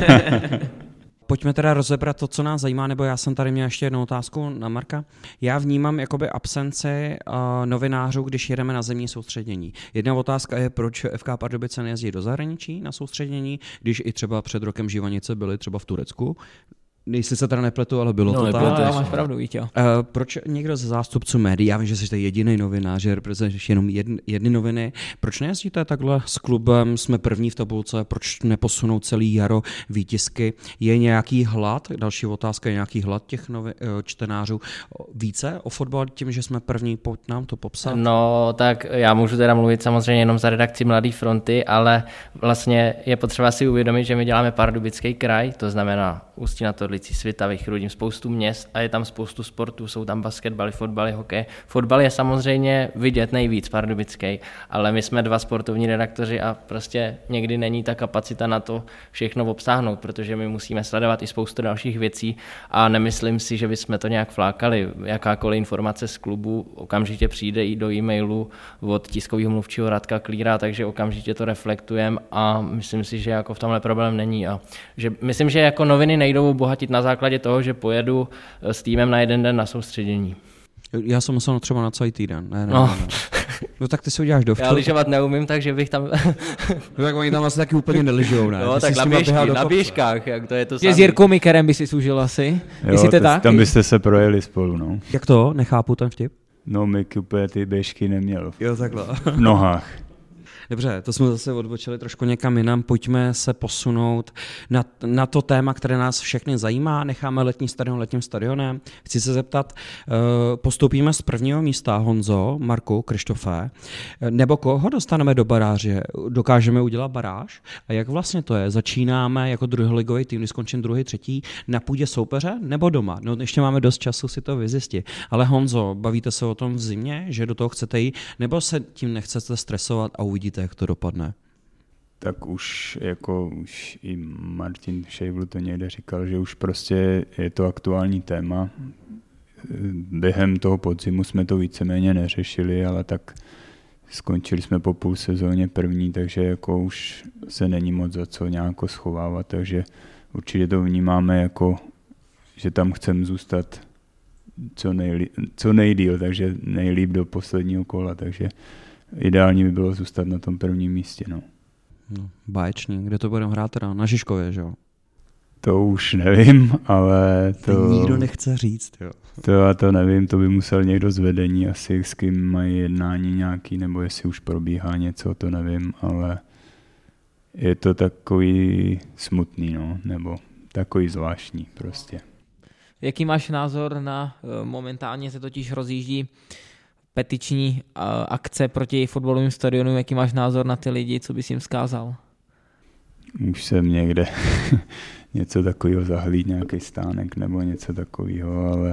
Pojďme teda rozebrat to, co nás zajímá, nebo já jsem tady měl ještě jednu otázku na Marka. Já vnímám jakoby absenci novinářů, když jedeme na zimní soustředění. Jedna otázka je, proč FK Pardubice nejezdí do zahraničí na soustředění, když i třeba před rokem Živanice byly třeba v Turecku. Jestli se teda nepletu, ale bylo No, to tak. nepleteš. Máš pravdu, Víťo. Proč někdo ze zástupců médií, já vím, že jste jediný novinář, že reprezentuješ jenom jedny noviny, proč nejezdíte takhle s klubem, jsme první v tabulce, proč neposunou celý jaro výtisky? Je nějaký hlad, další otázka, je nějaký hlad těch čtenářů více o fotbal tím, že jsme první, pojď nám to popsat? No, tak já můžu teda mluvit samozřejmě jenom za redakci Mladé fronty, ale vlastně je potřeba si uvědomit, že my děláme Pardubický kraj, to znamená Ústí nad Orlicí, Svitavy, Chrudím, spoustu měst a je tam spoustu sportů, jsou tam basketbaly, fotbaly, hokej. Fotbal je samozřejmě vidět nejvíc pardubický, ale my jsme 2 sportovní redaktoři a prostě někdy není ta kapacita na to všechno obsáhnout, protože my musíme sledovat i spoustu dalších věcí a nemyslím si, že bychom to nějak flákali. Jakákoliv informace z klubu okamžitě přijde i do e-mailu od tiskového mluvčího Radka Klíra, takže okamžitě to reflektujeme a myslím si, že jako v tomhle problém není a že myslím, že jako noviny nejdou obohatit na základě toho, že pojedu s týmem na jeden den na soustředění. Já jsem musel třeba na celý týden. Ne. No tak ty si uděláš dovču. Já lyžovat neumím, takže bych tam... No tak oni tam asi taky úplně nelyžou, ne? No tak na běžkách, jak to je to Že s Jirkou Mikerem by si služil asi. Jo, to tak? Tam byste se projeli spolu, no. Jak to? Nechápu ten vtip. No, Miky úplně ty běžky neměl. Jo, takhle. V nohách. Dobře, to jsme zase odbočili trošku někam jinam. Pojďme se posunout na to téma, které nás všechny zajímá. Necháme letní stadion letním stadionem. Chci se zeptat, postoupíme z prvního místa, Honzo, Marku, Krištofe, nebo koho dostaneme do baráže? Dokážeme udělat baráž? A jak vlastně to je? Začínáme jako druholigový tým, když skončím druhý, třetí, na půdě soupeře nebo doma? No, ještě máme dost času si to vyzjistit. Ale Honzo, bavíte se o tom v zimě, že do toho chcete jít, nebo se tím nechcete stresovat a uvidíte, jak to dopadne? Tak už i Martin Šejvlu to někde říkal, že už prostě je to aktuální téma. Během toho podzimu jsme to víceméně neřešili, ale tak skončili jsme po půl sezóně první, takže jako už se není moc za co nějak schovávat, takže určitě to vnímáme jako, že tam chceme zůstat co nejdýl, takže nejlíp do posledního kola, takže ideální by bylo zůstat na tom prvním místě. No, báječný. Kde to budeme hrát teda? Na Žižkově, že jo? To už nevím, ale to... Nikdo nechce říct, jo. To nevím, to by musel někdo z vedení asi, s kým mají jednání nějaký, nebo jestli už probíhá něco, to nevím, ale je to takový smutný, no, nebo takový zvláštní prostě. Jaký máš názor na, momentálně se totiž rozjíždí petiční akce proti fotbalovým stadionům, jaký máš názor na ty lidi, co bys jim vzkázal? Už jsem někde něco takového zahlídl, nějaký stánek nebo něco takového, ale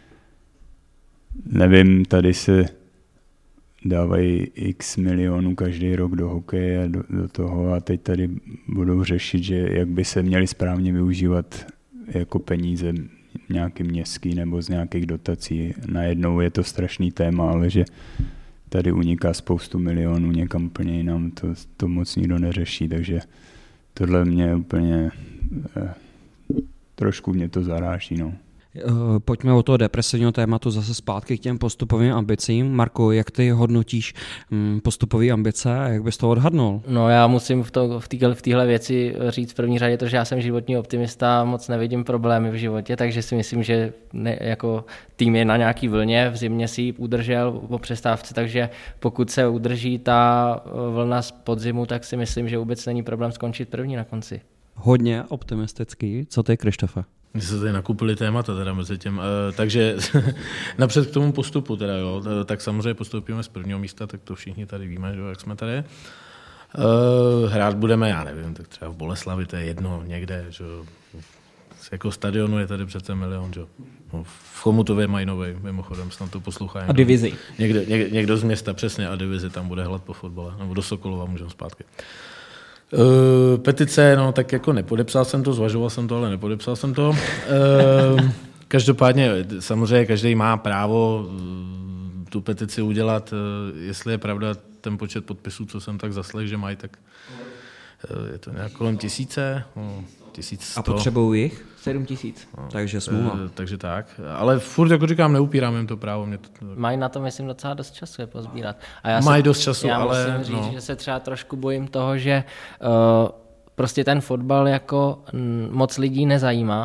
nevím, tady se dávají x milionů každý rok do hokeje a do toho a teď tady budou řešit, že jak by se měly správně využívat jako peníze nějaký městský nebo z nějakých dotací. Najednou je to strašný téma, ale že tady uniká spoustu milionů někam úplně jinam, to moc nikdo neřeší, takže tohle mě úplně trošku mě to zaráží. No. Pojďme od toho depresivního tématu zase zpátky k těm postupovým ambicím. Marko, jak ty hodnotíš postupové ambice a jak bys to odhadnul? No já musím v téhle věci říct v první řadě to, že já jsem životní optimista, moc nevidím problémy v životě, takže si myslím, že jako tým je na nějaký vlně, v zimě si ji udržel po přestávce, takže pokud se udrží ta vlna z podzimu, tak si myslím, že vůbec není problém skončit první na konci. Hodně optimistický. Co ty, Krištofe? My se tady nakupili témata teda mezi těm, takže napřed k tomu postupu teda, jo, tak samozřejmě postoupíme z prvního místa, tak to všichni tady víme, že, jak jsme tady. Hrát budeme, já nevím, tak třeba v Boleslavi, to je jedno někde, že jako stadionu je tady přece milion, že v Chomutově mají novej, mimochodem, snad to poslouchají. A divizi. Někdo z města, přesně, a divizi tam bude hlad po fotbale, nebo do Sokolova můžeme zpátky. Petice, no tak jako nepodepsal jsem to, zvažoval jsem to, ale nepodepsal jsem to. Každopádně samozřejmě každý má právo tu petici udělat, jestli je pravda ten počet podpisů, co jsem tak zaslech, že mají, tak je to nějak kolem 1000, 1100. A potřebují jich? 7000. No, takže smůla. Takže tak. Ale furt, jako říkám, neupírám jim to právo. Mají na to, myslím, docela dost času je pozbírat. Mají dost času, já ale... Já musím říct, že se třeba trošku bojím toho, že prostě ten fotbal jako moc lidí nezajímá,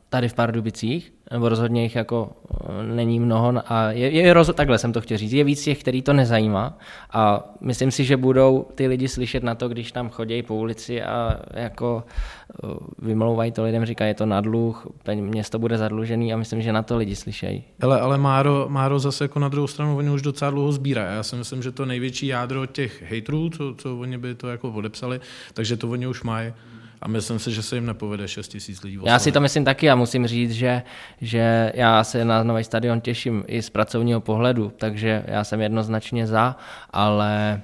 tady v Pardubicích, nebo rozhodně jich jako není mnoho a takhle jsem to chtěl říct, je víc těch, který to nezajímá a myslím si, že budou ty lidi slyšet na to, když tam chodí po ulici a jako vymlouvají to lidem, říkají, je to na dluh, město bude zadlužený a myslím, že na to lidi slyšejí. Ale Máro zase jako na druhou stranu, oni už docela dlouho sbírají. Já si myslím, že to největší jádro těch hejtrů, co oni by to jako odepsali, takže to oni už mají. A myslím si, že se jim nepovede 6 000 lidí. Já si to myslím taky a musím říct, že já se na nový stadion těším i z pracovního pohledu, takže já jsem jednoznačně za, ale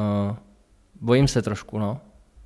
bojím se trošku, no.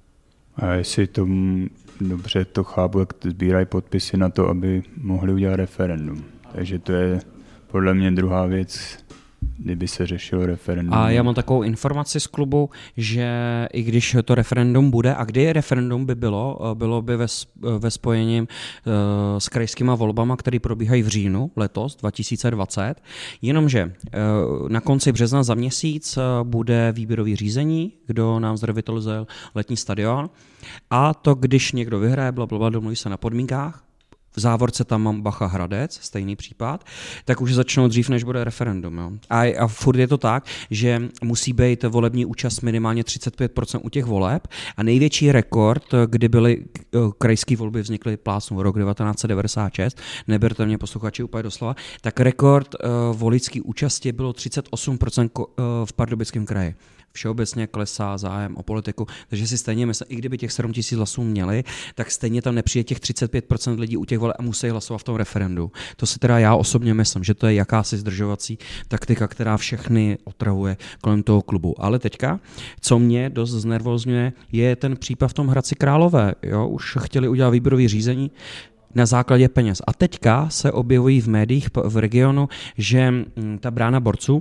A jestli to dobře to chápu, jak sbírají podpisy na to, aby mohli udělat referendum. Takže to je podle mě druhá věc, kdyby se řešilo referendum. A já mám takovou informaci z klubu, že i když to referendum bude, a kdy referendum by bylo by ve spojení s krajskýma volbama, které probíhají v říjnu letos, 2020, jenomže na konci března za měsíc bude výběrový řízení, kdo nám zrevitalizuje letní stadion, a to když někdo vyhraje, blablabla, domluví se na podmínkách, v závorce tam mám Bacha Hradec, stejný případ, tak už začnou dřív, než bude referendum. Jo. A furt je to tak, že musí být volební účast minimálně 35% u těch voleb a největší rekord, kdy byly krajské volby vznikly plásnu rok 1996, neberte mě posluchači úplně doslova, tak rekord voličské účasti bylo 38% v Pardubickém kraji. Všeobecně klesá zájem o politiku, takže si stejně myslím, i kdyby těch 7 000 hlasů měli, tak stejně tam nepřijde těch 35% lidí u těch voleb a musí hlasovat v tom referendu. To si teda já osobně myslím, že to je jakási zdržovací taktika, která všechny otravuje kolem toho klubu. Ale teďka, co mě dost znervózňuje, je ten případ v tom Hradci Králové. Jo? Už chtěli udělat výběrový řízení na základě peněz. A teďka se objevují v médiích v regionu, že ta brána borců,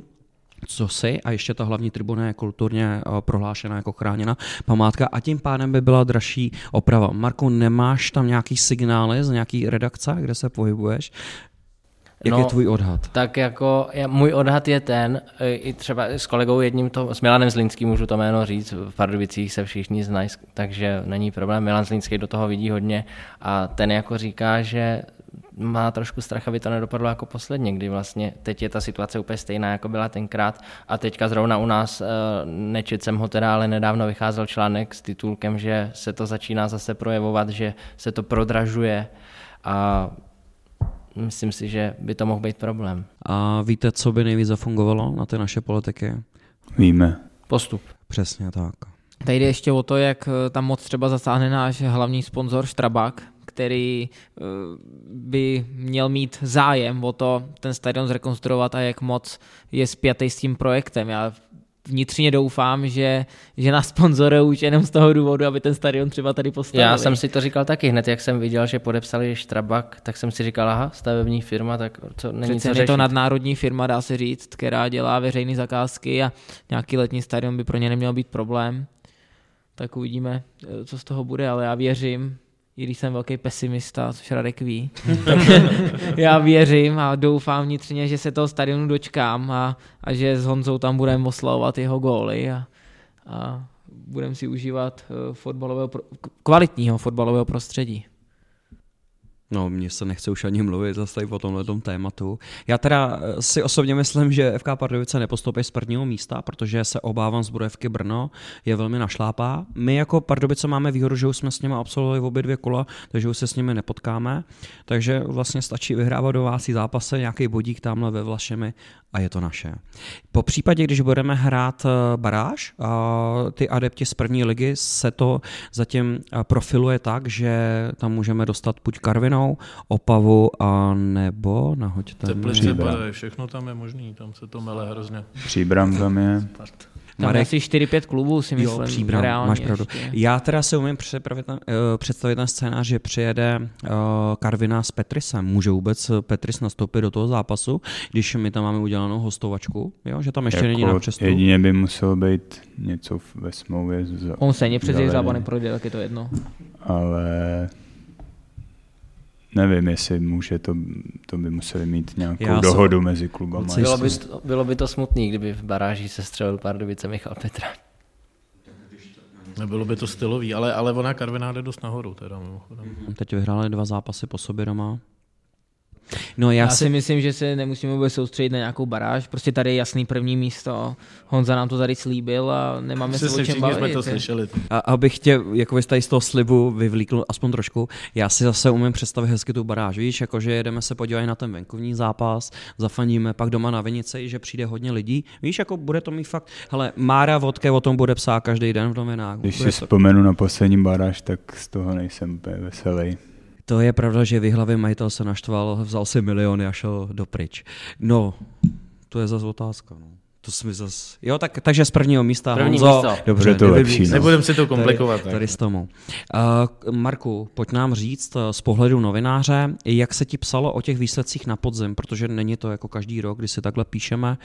a ještě ta hlavní tribuna je kulturně prohlášena jako chráněná památka a tím pádem by byla dražší oprava. Marku, nemáš tam nějaký signály z nějaký redakce, kde se pohybuješ? Jak je tvůj odhad? Tak jako můj odhad je ten, i třeba s kolegou jedním, s Milanem Zlínským, můžu to jméno říct, v Pardubicích se všichni znají, takže není problém. Milan Zlínský do toho vidí hodně a ten jako říká, že má trošku strach, aby to nedopadlo jako posledně, kdy vlastně teď je ta situace úplně stejná, jako byla tenkrát a teďka zrovna u nás, nečetl jsem ho teda, ale nedávno vycházel článek s titulkem, že se to začíná zase projevovat, že se to prodražuje a myslím si, že by to mohl být problém. A víte, co by nejvíc zafungovalo na ty naše politiky? Víme. Postup. Přesně tak. Tady jde ještě o to, jak tam moc třeba zasáhne náš hlavní sponzor Strabag, který by měl mít zájem o to ten stadion zrekonstruovat a jak moc je spjatý s tím projektem. Já vnitřně doufám, že nás sponzorují už jenom z toho důvodu, aby ten stadion třeba tady postavili. Já jsem si to říkal taky hned, jak jsem viděl, že podepsali Strabag, tak jsem si říkal, aha, stavební firma, tak co není přece co řešit. Je to nadnárodní firma, dá se říct, která dělá veřejné zakázky a nějaký letní stadion by pro ně neměl být problém. Tak uvidíme, co z toho bude, ale já věřím, i když jsem velký pesimista, což Radek ví, tak já věřím a doufám vnitřně, že se toho stadionu dočkám a že s Honzou tam budeme oslavovat jeho góly a budeme si užívat kvalitního fotbalového prostředí. No, mně se nechce už ani mluvit zase o tomhletom tématu. Já teda si osobně myslím, že FK Pardubice nepostoupí z prvního místa, protože se obávám Zbrojevky Brno, je velmi našlápá. My jako Pardubice máme výhodu, že už jsme s nimi absolvovali obě 2 kola, takže už se s nimi nepotkáme. Takže vlastně stačí vyhrávat domácí zápasy, nějaký bodík tamhle ve Vlašimi a je to naše. Po případě, když budeme hrát baráž, ty adepti z první ligy, se to zatím profiluje tak, že tam můžeme dostat buď Karvinou, Opavu a nebo nahoďte. Teplice, Badaj, všechno tam je možný, tam se to mele hrozně. Příbram tam je. Tam Marek, asi 4-5 klubů si myslím. Jo, Příbram, máš pravdu. Ještě. Já teda si umím představit ten scénář, že přijede Karviná s Petrisem. Může vůbec Petris nastoupit do toho zápasu, když my tam máme udělanou hostovačku, jo? Že tam ještě jako není na přestup. Jedině by muselo být něco ve smlouvě. On stejně přes Jiřába neprojde, tak je to jedno. Ale nevím, jestli může to by museli mít nějakou dohodu mezi klubama. Bylo by to smutný, kdyby v baráži se střelil Pardubice Michal Petra. Nebylo by to stylový, ale ona Karviná jde dost nahoru teda mimochodem. Teď vyhráli 2 zápasy po sobě doma. No já si myslím, že se nemusíme vůbec soustředit na nějakou baráž, prostě tady je jasný první místo, Honza nám to tady slíbil a nemáme se o čem bavit. Jsme to slyšeli. A abych tě, jako vy tady z toho slibu vyvlíkl aspoň trošku, já si zase umím představit hezky tu baráž, víš, jakože jedeme se podívat na ten venkovní zápas, zafandíme pak doma na Vinici, že přijde hodně lidí, víš, jako bude to mít fakt, hele, Mára Vodke o tom bude psát každý den v novinách. Když si vzpomenu na poslední baráž, tak z toho nejsem úplně veselý. To je pravda, že v Jihlavě majitel se naštval, vzal si miliony a šel dopryč. No, to je zase otázka. No. To jsme zase... Jo, takže z prvního místa. První Honzo, místo. Dobře, to lepší. No. Nebudem si to komplikovat. Tady s tomu. Marku, pojď nám říct z pohledu novináře, jak se ti psalo o těch výsledcích na podzim, protože není to jako každý rok, kdy si takhle píšeme.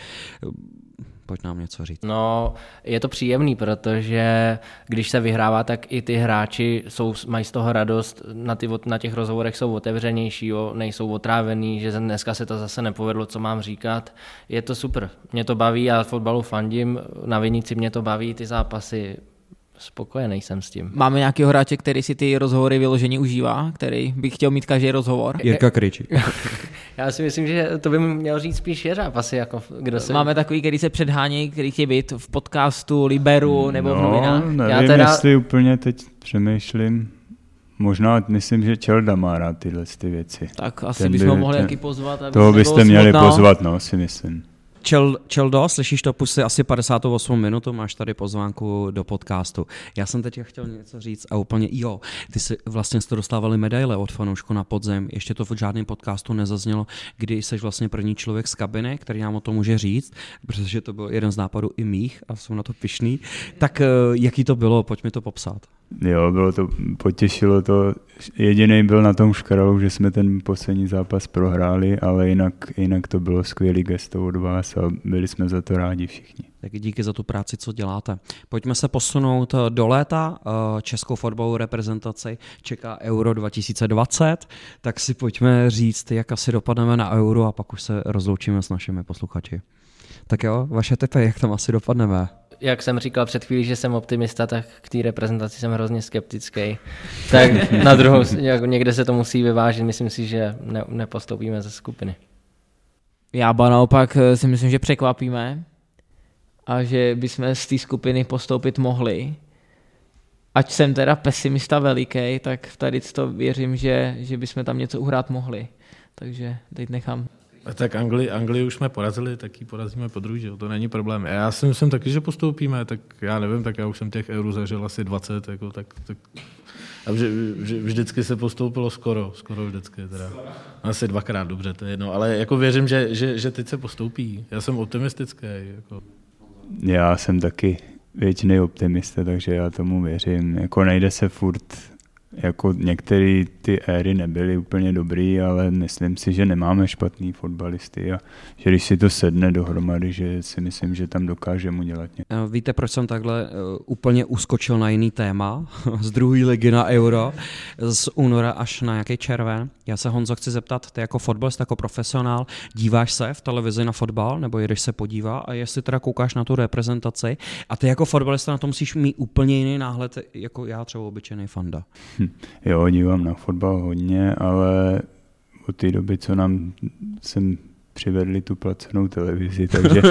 Pojď nám něco říct. No, je to příjemný, protože když se vyhrává, tak i ty hráči mají z toho radost, na těch rozhovorech jsou otevřenější, nejsou otrávený, že dneska se to zase nepovedlo, co mám říkat. Je to super, mě to baví, já fotbalu fandím, na Vinici mě to baví, ty zápasy, spokojený jsem s tím. Máme nějakého hráče, který si ty rozhovory vyloženě užívá, který by chtěl mít každý rozhovor? Jirka Kryčí. Já si myslím, že to by měl říct spíš Jeřáb asi, jako kdo se... Máme takový, který se předhánějí, který chtějí být v podcastu, Liberu nebo v novinách? Nevím, jestli úplně teď přemýšlím. Možná myslím, že Čelda má rád tyhle ty věci. Tak asi bychom mohli taky pozvat. Toho byste měli pozvat, no, si myslím. Čeldo, slyšíš to, pusť si asi 58 minut, máš tady pozvánku do podcastu. Já jsem teď chtěl něco říct a úplně, ty si vlastně jste dostávali medaile od fanoušku na podzem, ještě to v žádném podcastu nezaznělo, kdy jsi vlastně první člověk z kabiny, který nám o tom může říct, protože to byl jeden z nápadů i mých a jsem na to pyšný. Tak jaký to bylo, pojď mi to popsat. Jo, potěšilo to. Jediný byl na tom škralu, že jsme ten poslední zápas prohráli, ale jinak to bylo skvělý gesto od vás a byli jsme za to rádi všichni. Tak díky za tu práci, co děláte. Pojďme se posunout do léta. Českou fotbalovou reprezentaci čeká Euro 2020, tak si pojďme říct, jak asi dopadneme na Euro a pak už se rozloučíme s našimi posluchači. Tak jo, vaše tipy, jak tam asi dopadneme? Jak jsem říkal před chvílí, že jsem optimista, tak k té reprezentaci jsem hrozně skeptický. Tak na druhou, někde se to musí vyvážit, myslím si, že nepostoupíme ze skupiny. Já naopak si myslím, že překvapíme a že bychom z té skupiny postoupit mohli. Ať jsem teda pesimista veliký, tak tady to věřím, že bychom tam něco uhrát mohli. Takže teď nechám. Tak Anglii už jsme porazili, tak ji porazíme podruhé, to není problém. Já si myslím taky, že postoupíme, tak já nevím, tak já už jsem těch Euro zažil asi 20, jako, tak a vždycky se postoupilo skoro vždycky, teda. Asi 2krát, dobře, to je jedno, ale jako věřím, že teď se postoupí, já jsem optimistický. Jako. Já jsem taky většiný optimista, takže já tomu věřím, jako nejde se furt. Jako některé ty éry nebyly úplně dobrý, ale myslím si, že nemáme špatný fotbalisty a že když si to sedne dohromady, že si myslím, že tam dokážeme udělat něco. Víte, proč jsem takhle úplně uskočil na jiný téma z druhé ligy na Euro z února až na nějaký červen? Já se, Honzo, chci zeptat, ty jako fotbalist, jako profesionál, díváš se v televizi na fotbal nebo jedeš se podívat a jestli teda koukáš na tu reprezentaci a ty jako fotbalista na to musíš mít úplně jiný náhled, jako já třeba obyčejný fanda. Jo, dívám na fotbal hodně, ale od té doby, co sem přivedli tu placenou televizi,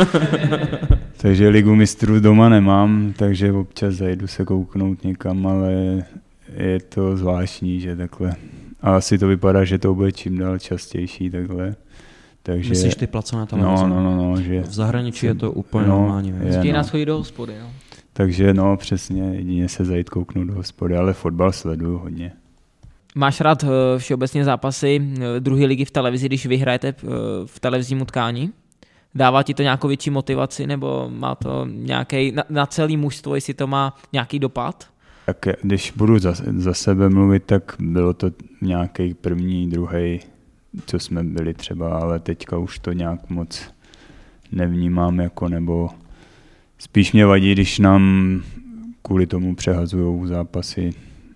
takže Ligu mistrů doma nemám, takže občas zajdu se kouknout někam, ale je to zvláštní, že takhle. A asi to vypadá, že to bude čím dál častější takhle. Takže, myslíš ty placená televize? No, že v zahraničí je to úplně normální věc. Vždycky nás chodí do hospody, no. Takže přesně, jedině se zajít kouknout do hospody, ale fotbal sleduju hodně. Máš rád všeobecně zápasy druhé ligy v televizi, když vyhrajete v televizním utkání? Dává ti to nějakou větší motivaci, nebo má to nějaký, na celý mužstvo, jestli to má nějaký dopad? Tak když budu za sebe mluvit, tak bylo to nějaký první, druhý, co jsme byli třeba, ale teďka už to nějak moc nevnímám, jako nebo spíš mě vadí, když nám kvůli tomu přehazujou zápasy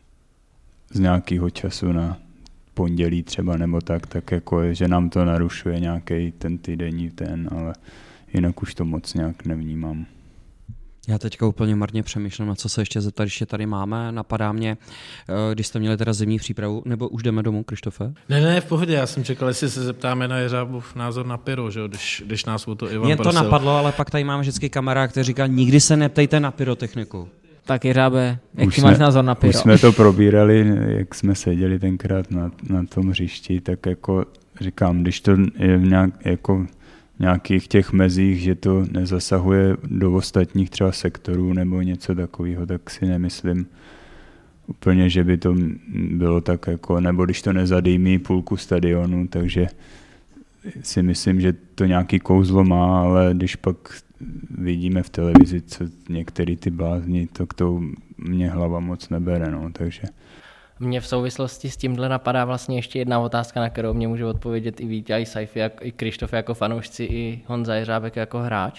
z nějakého času na pondělí třeba nebo tak jako, že nám to narušuje nějaký ten týdenní ale jinak už to moc nějak nevnímám. Já teďka úplně marně přemýšlím, na co se ještě zeptat, ještě tady máme. Napadá mě, když jste měli teda zimní přípravu, nebo už jdeme domů, Krištofe? Ne, v pohodě, já jsem čekal, jestli se zeptáme na Jeřábův názor na pyro, že jo, když nás o to Ivan Mě prosil. to napadlo, ale pak tady máme vždycky kamarád, který říká, nikdy se neptejte na pyrotechniku. Tak Jeřábe, jaký máš názor na pyro? Už jsme to probírali, jak jsme seděli tenkrát na tom hřišti, tak jako říkám, když to je v nějakých těch mezích, že to nezasahuje do ostatních třeba sektorů nebo něco takového, tak si nemyslím úplně, že by to bylo tak jako, nebo když to nezadýmí půlku stadionu, takže si myslím, že to nějaký kouzlo má, ale když pak vidíme v televizi, co některý ty blázni, tak to mě hlava moc nebere, no, takže... Mně v souvislosti s tímhle napadá vlastně ještě jedna otázka, na kterou mě může odpovědět i Vítě, i Saifi, i Krištof jako fanoušci, i Honza Jeřábek jako hráč.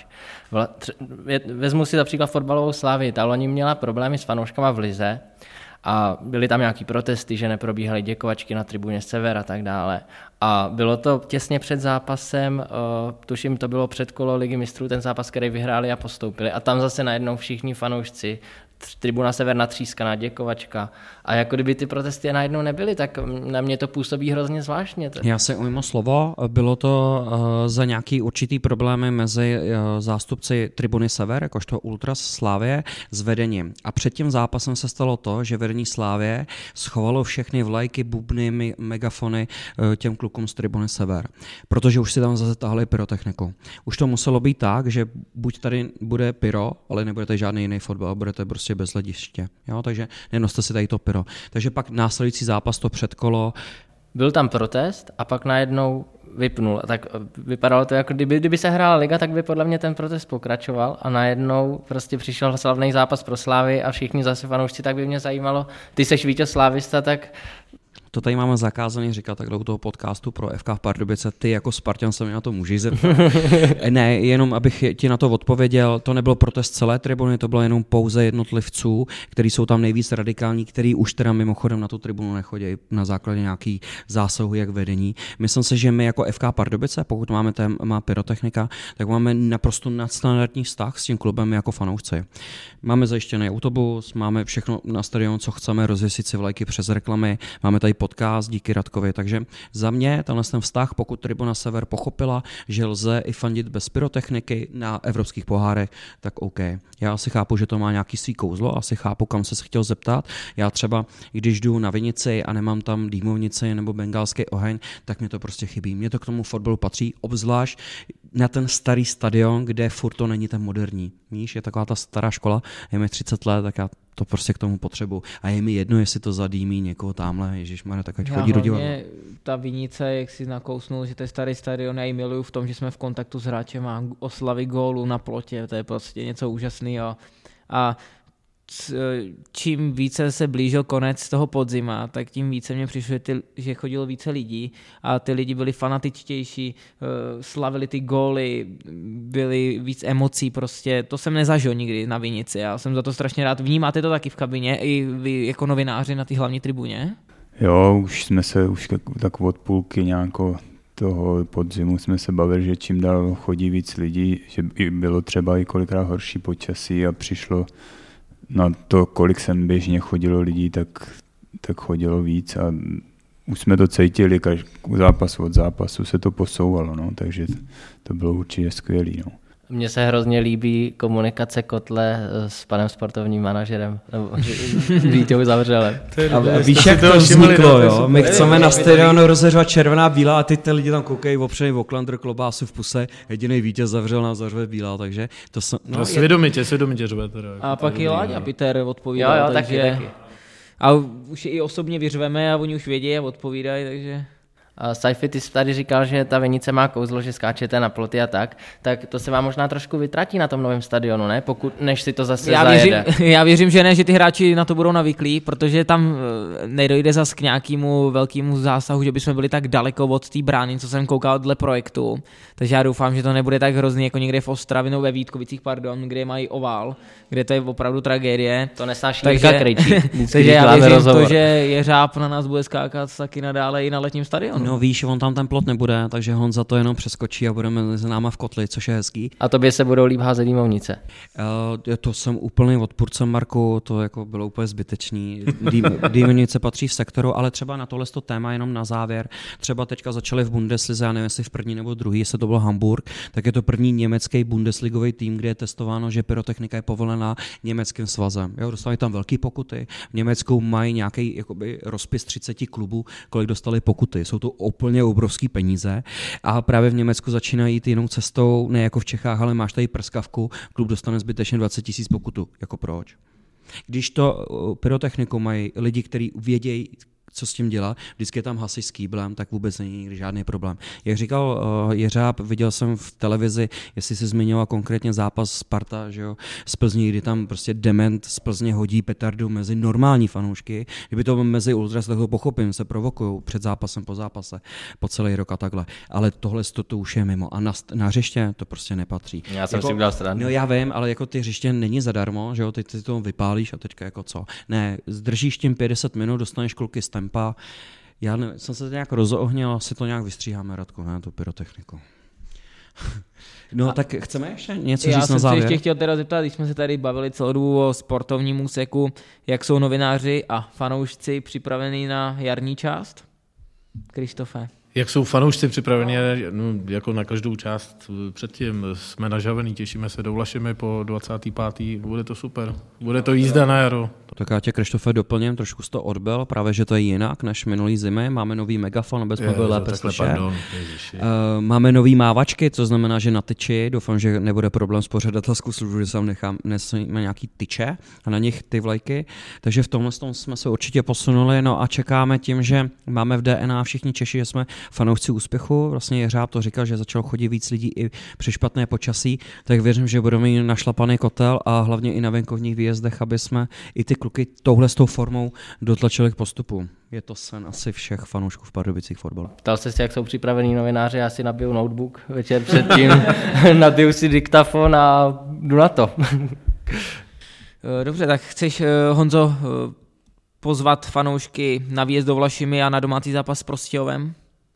Vezmu si například fotbalovou Slavii, ta loni měla problémy s fanouškama v lize a byly tam nějaký protesty, že neprobíhaly děkovačky na tribuně Sever a tak dále. A bylo to těsně před zápasem, tuším to bylo předkolo Ligy mistrů, ten zápas, který vyhráli a postoupili. A tam zase najednou všichni fanoušci, tribuna Sever natřískaná, děkovačka. A jako kdyby ty protesty najednou nebyly, tak na mě to působí hrozně zvláštně. Já se ujmu slovo, bylo to za nějaký určitý problémy mezi zástupci tribuny Sever, jakožto Ultras Slavie, s vedením. A před tím zápasem se stalo to, že vedení Slavie schovalo všechny vlajky, bubny, megafony těm klukům z tribuny Sever. Protože už si tam zase tahli pyrotechniku. Už to muselo být tak, že buď tady bude pyro, ale nebudete žádný jiný fotbal, budete prostě bez hlediště. Jo? Takže nenoste si tady to pyro. Takže pak následující zápas, to předkolo. Byl tam protest a pak najednou vypnul. Tak vypadalo to jako, kdyby se hrála liga, tak by podle mě ten protest pokračoval a najednou prostě přišel slavný zápas pro Slávy a všichni zase fanoušci, tak by mě zajímalo, ty seš vítěz slávista, tak... To tady máme zakázaný říkat takhle u toho podcastu pro FK v Pardubice. Ty jako Spartan se mi na to můžeš zeptat. Ne, jenom abych ti na to odpověděl, to nebyl protest celé tribuny, to bylo jenom pouze jednotlivců, kteří jsou tam nejvíc radikální, kteří už teda mimochodem na tu tribunu nechodí na základě nějaký zásahu jak vedení. Myslím si, že my jako FK Pardubice, pokud máme téma pyrotechnika, tak máme naprosto nadstandardní vztah s tím klubem jako fanoušci. Máme zajištěný autobus, máme všechno na stadionu, co chceme, rozvěsit si vlajky přes reklamy, máme tady podcast díky Radkovi, takže za mě ten vztah, pokud tribuna Sever pochopila, že lze i fandit bez pyrotechniky na evropských pohárech, tak OK. Já asi chápu, že to má nějaký svý kouzlo, asi chápu, kam se chtěl zeptat. Já třeba, když jdu na Vinici a nemám tam dýmovnici nebo bengálský oheň, tak mě to prostě chybí. Mně to k tomu fotbalu patří, obzvlášť na ten starý stadion, kde furt to není ten moderní. Víš, je taková ta stará škola, je mi 30 let, tak já to prostě k tomu potřebuji. A je mi jedno, jestli to zadýmí někoho tamhle, ježišmarja, tak ať chodí do divadla. Ta Vinice, jak si nakousnul, že to je starý stadion, já ji miluju v tom, že jsme v kontaktu s hráčem a oslavy gólu na plotě, to je prostě něco úžasného. A čím více se blížil konec toho podzima, tak tím více mě přišlo, že chodilo více lidí a ty lidi byli fanatičtější, slavili ty góly, byly víc emocí, prostě to jsem nezažil nikdy na Vinici, já jsem za to strašně rád. Vnímáte to taky v kabině, i vy jako novináři na té hlavní tribuně? Jo, už jsme se tak od půlky nějakou toho podzimu jsme se bavili, že čím dál chodí víc lidí, že bylo třeba i kolikrát horší počasí a přišlo na to, kolik sem běžně chodilo lidí, tak chodilo víc a už jsme to cítili, zápas od zápasu se to posouvalo, no, takže to bylo určitě skvělý. No. Mně se hrozně líbí komunikace Kotle s panem sportovním manažerem, nebo Vítěou Zavřelem. A víš, jak to vzniklo, jo? My chceme na stadionu rozeřovat červená bílá a teď ty lidi tam koukají opřený v Oklander, klobásu v puse, jediný Vítěz Zavřel nám zařve bílá, takže to jsem... No, svědomitě řve teda. A pak i Láďa Peter odpovídal, jo, takže... taky. A už i osobně vyřveme a oni už vědí a odpovídají, takže... Saifi, ty jsi tady říkal, že ta Vinice má kouzlo, že skáčete na ploty a tak to se vám možná trošku vytratí na tom novém stadionu, ne? Než si to zase zajede. Já věřím, že ne, že ty hráči na to budou navyklí, protože tam nedojde zas k nějakému velkému zásahu, že bychom byli tak daleko od té brány, co jsem koukal dle projektu. Takže já doufám, že to nebude tak hrozný jako někde v Ostravě nebo ve Vítkovicích, kde mají ovál, kde to je opravdu tragédie. To nesnáší Jirka Krejčí. Takže já věřím to, že Jeřáb na nás bude skákat taky nadále i na letním stadionu. No víš, on tam ten plot nebude, takže Honza to jenom přeskočí a budeme mezi náma v kotli, což je hezký. A tobě se budou líp házet dýmovnice. To jsem úplný odpůrcem, Marku, to jako bylo úplně zbytečný. Dýmovnice patří v sektoru, ale třeba na tohle téma jenom na závěr. Třeba teďka začali v Bundeslize, já nevím, jestli v první nebo druhý, jestli to byl Hamburg, tak je to první německý bundesligový tým, kde je testováno, že pyrotechnika je povolená německým svazem. Jo, dostali tam velké pokuty. V Německu mají nějaký jakoby rozpis 30 klubů, kolik dostali pokuty. Jsou to úplně obrovský peníze a právě v Německu začínají jít jinou cestou, ne jako v Čechách, ale máš tady prskavku, klub dostane zbytečně 20 000 pokutu. Jako proč? Když to pyrotechniku mají lidi, kteří vědějí, co s tím dělat, vždycky je tam hasič s kýblem, tak vůbec není nikdy žádný problém. Jak říkal Jeřáb, viděl jsem v televizi, jestli se zmiňoval konkrétně zápas Sparta, že jo, z Plzní, kdy tam prostě dement z Plzně hodí petardu mezi normální fanoušky. Kdyby to mezi ultras, tak to pochopím, se provokují před zápasem, po zápase, po celý rok a takhle. Ale tohle to už je mimo a na hřiště to prostě nepatří. Já jsem si udělal stranu. No já vím, ale jako ty hřiště není zadarmo, že jo, ty to vypálíš a teďka jako co? Ne, zdržíš tím 50 minut, dostaneš kluky z tempa. Já nevím, jsem se nějak rozohnil, asi to nějak vystříháme, Radku, ne, tu pyrotechniku. No tak chceme ještě něco říct na závěr? Já jsem se ještě chtěl teda zeptat, když jsme se tady bavili celou dobu o sportovním úseku, jak jsou novináři a fanoušci připravení na jarní část? Krištofe. Jak jsou fanoušci připraveni, no, jako na každou část předtím, jsme nažavený, těšíme se do Vlašimi po 25. Bude to super, bude to jízda na jaro. Tak já tě, Krištofe, doplním, trošku z toho odbyl, právě že to je jinak než minulý zimy, máme nový megafon, aby jsme byli lépe slyšet. Máme nový mávačky, to znamená, že na tyči, doufám, že nebude problém s pořadatelskou službou, že tam neseme nějaký tyče a na nich ty vlajky, takže v tomhle jsme se určitě posunuli, no a čekáme tím, že máme v DNA všichni Češi, že jsme fanoušci úspěchu, vlastně Jeřáb to říkal, že začalo chodit víc lidí i při špatné počasí, tak věřím, že budeme mít našlapaný kotel a hlavně i na venkovních výjezdech, aby jsme i ty kluky touhle s tou formou dotlačili k postupu. Je to sen asi všech fanoušků v Pardubicích fotbalu. Ptal jste si, jak jsou připravení novináři, já si nabiju notebook večer předtím, nabiju si diktafon a jdu na to. Dobře, tak chceš, Honzo, pozvat fanoušky na výjezd do Vlašimi a na domácí zápas s Prostějovem?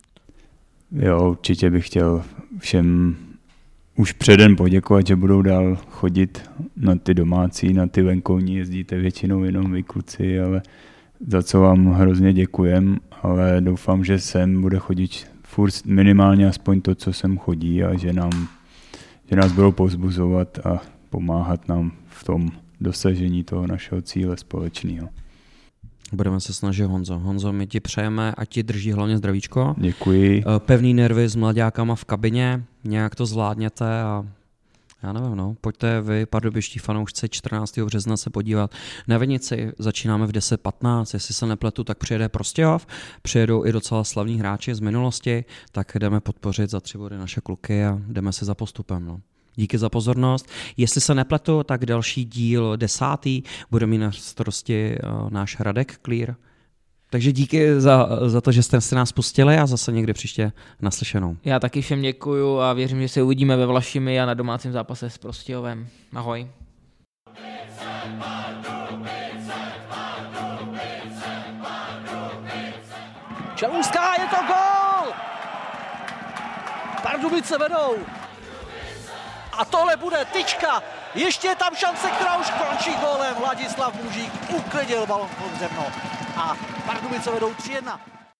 Jo, určitě bych chtěl všem už předem poděkovat, že budou dál chodit na ty domácí, na ty venkovní, jezdíte většinou jenom vy kluci, ale za co vám hrozně děkujem, ale doufám, že sem bude chodit furt minimálně aspoň to, co sem chodí a že nás budou povzbuzovat a pomáhat nám v tom dosažení toho našeho cíle společného. Budeme se snažit, Honzo. Honzo, my ti přejeme, ať ti drží hlavně zdravíčko. Děkuji. Pevný nervy s mlaďákama v kabině, nějak to zvládněte a já nevím, no, pojďte vy, pardubičtí fanoušci, 14. března se podívat na Vinici, začínáme v 10:15, jestli se nepletu, tak přijede Prostějov, přijedou i docela slavní hráči z minulosti, tak jdeme podpořit za 3 body naše kluky a jdeme se za postupem, no. Díky za pozornost. Jestli se nepletu, tak další díl 10. bude mít na starosti náš Radek Klír. Takže díky za to, že jste si nás pustili a zase někdy příště naslyšenou. Já taky všem děkuju a věřím, že se uvidíme ve Vlašimi a na domácím zápase s Prostějovem. Ahoj. Čelůská, je to gól! Pardubice vedou. A tohle bude tyčka. Ještě je tam šance, která už končí gólem. Ladislav Mužík uklidil balon pod zemno. A Pardubice vedou 3-1.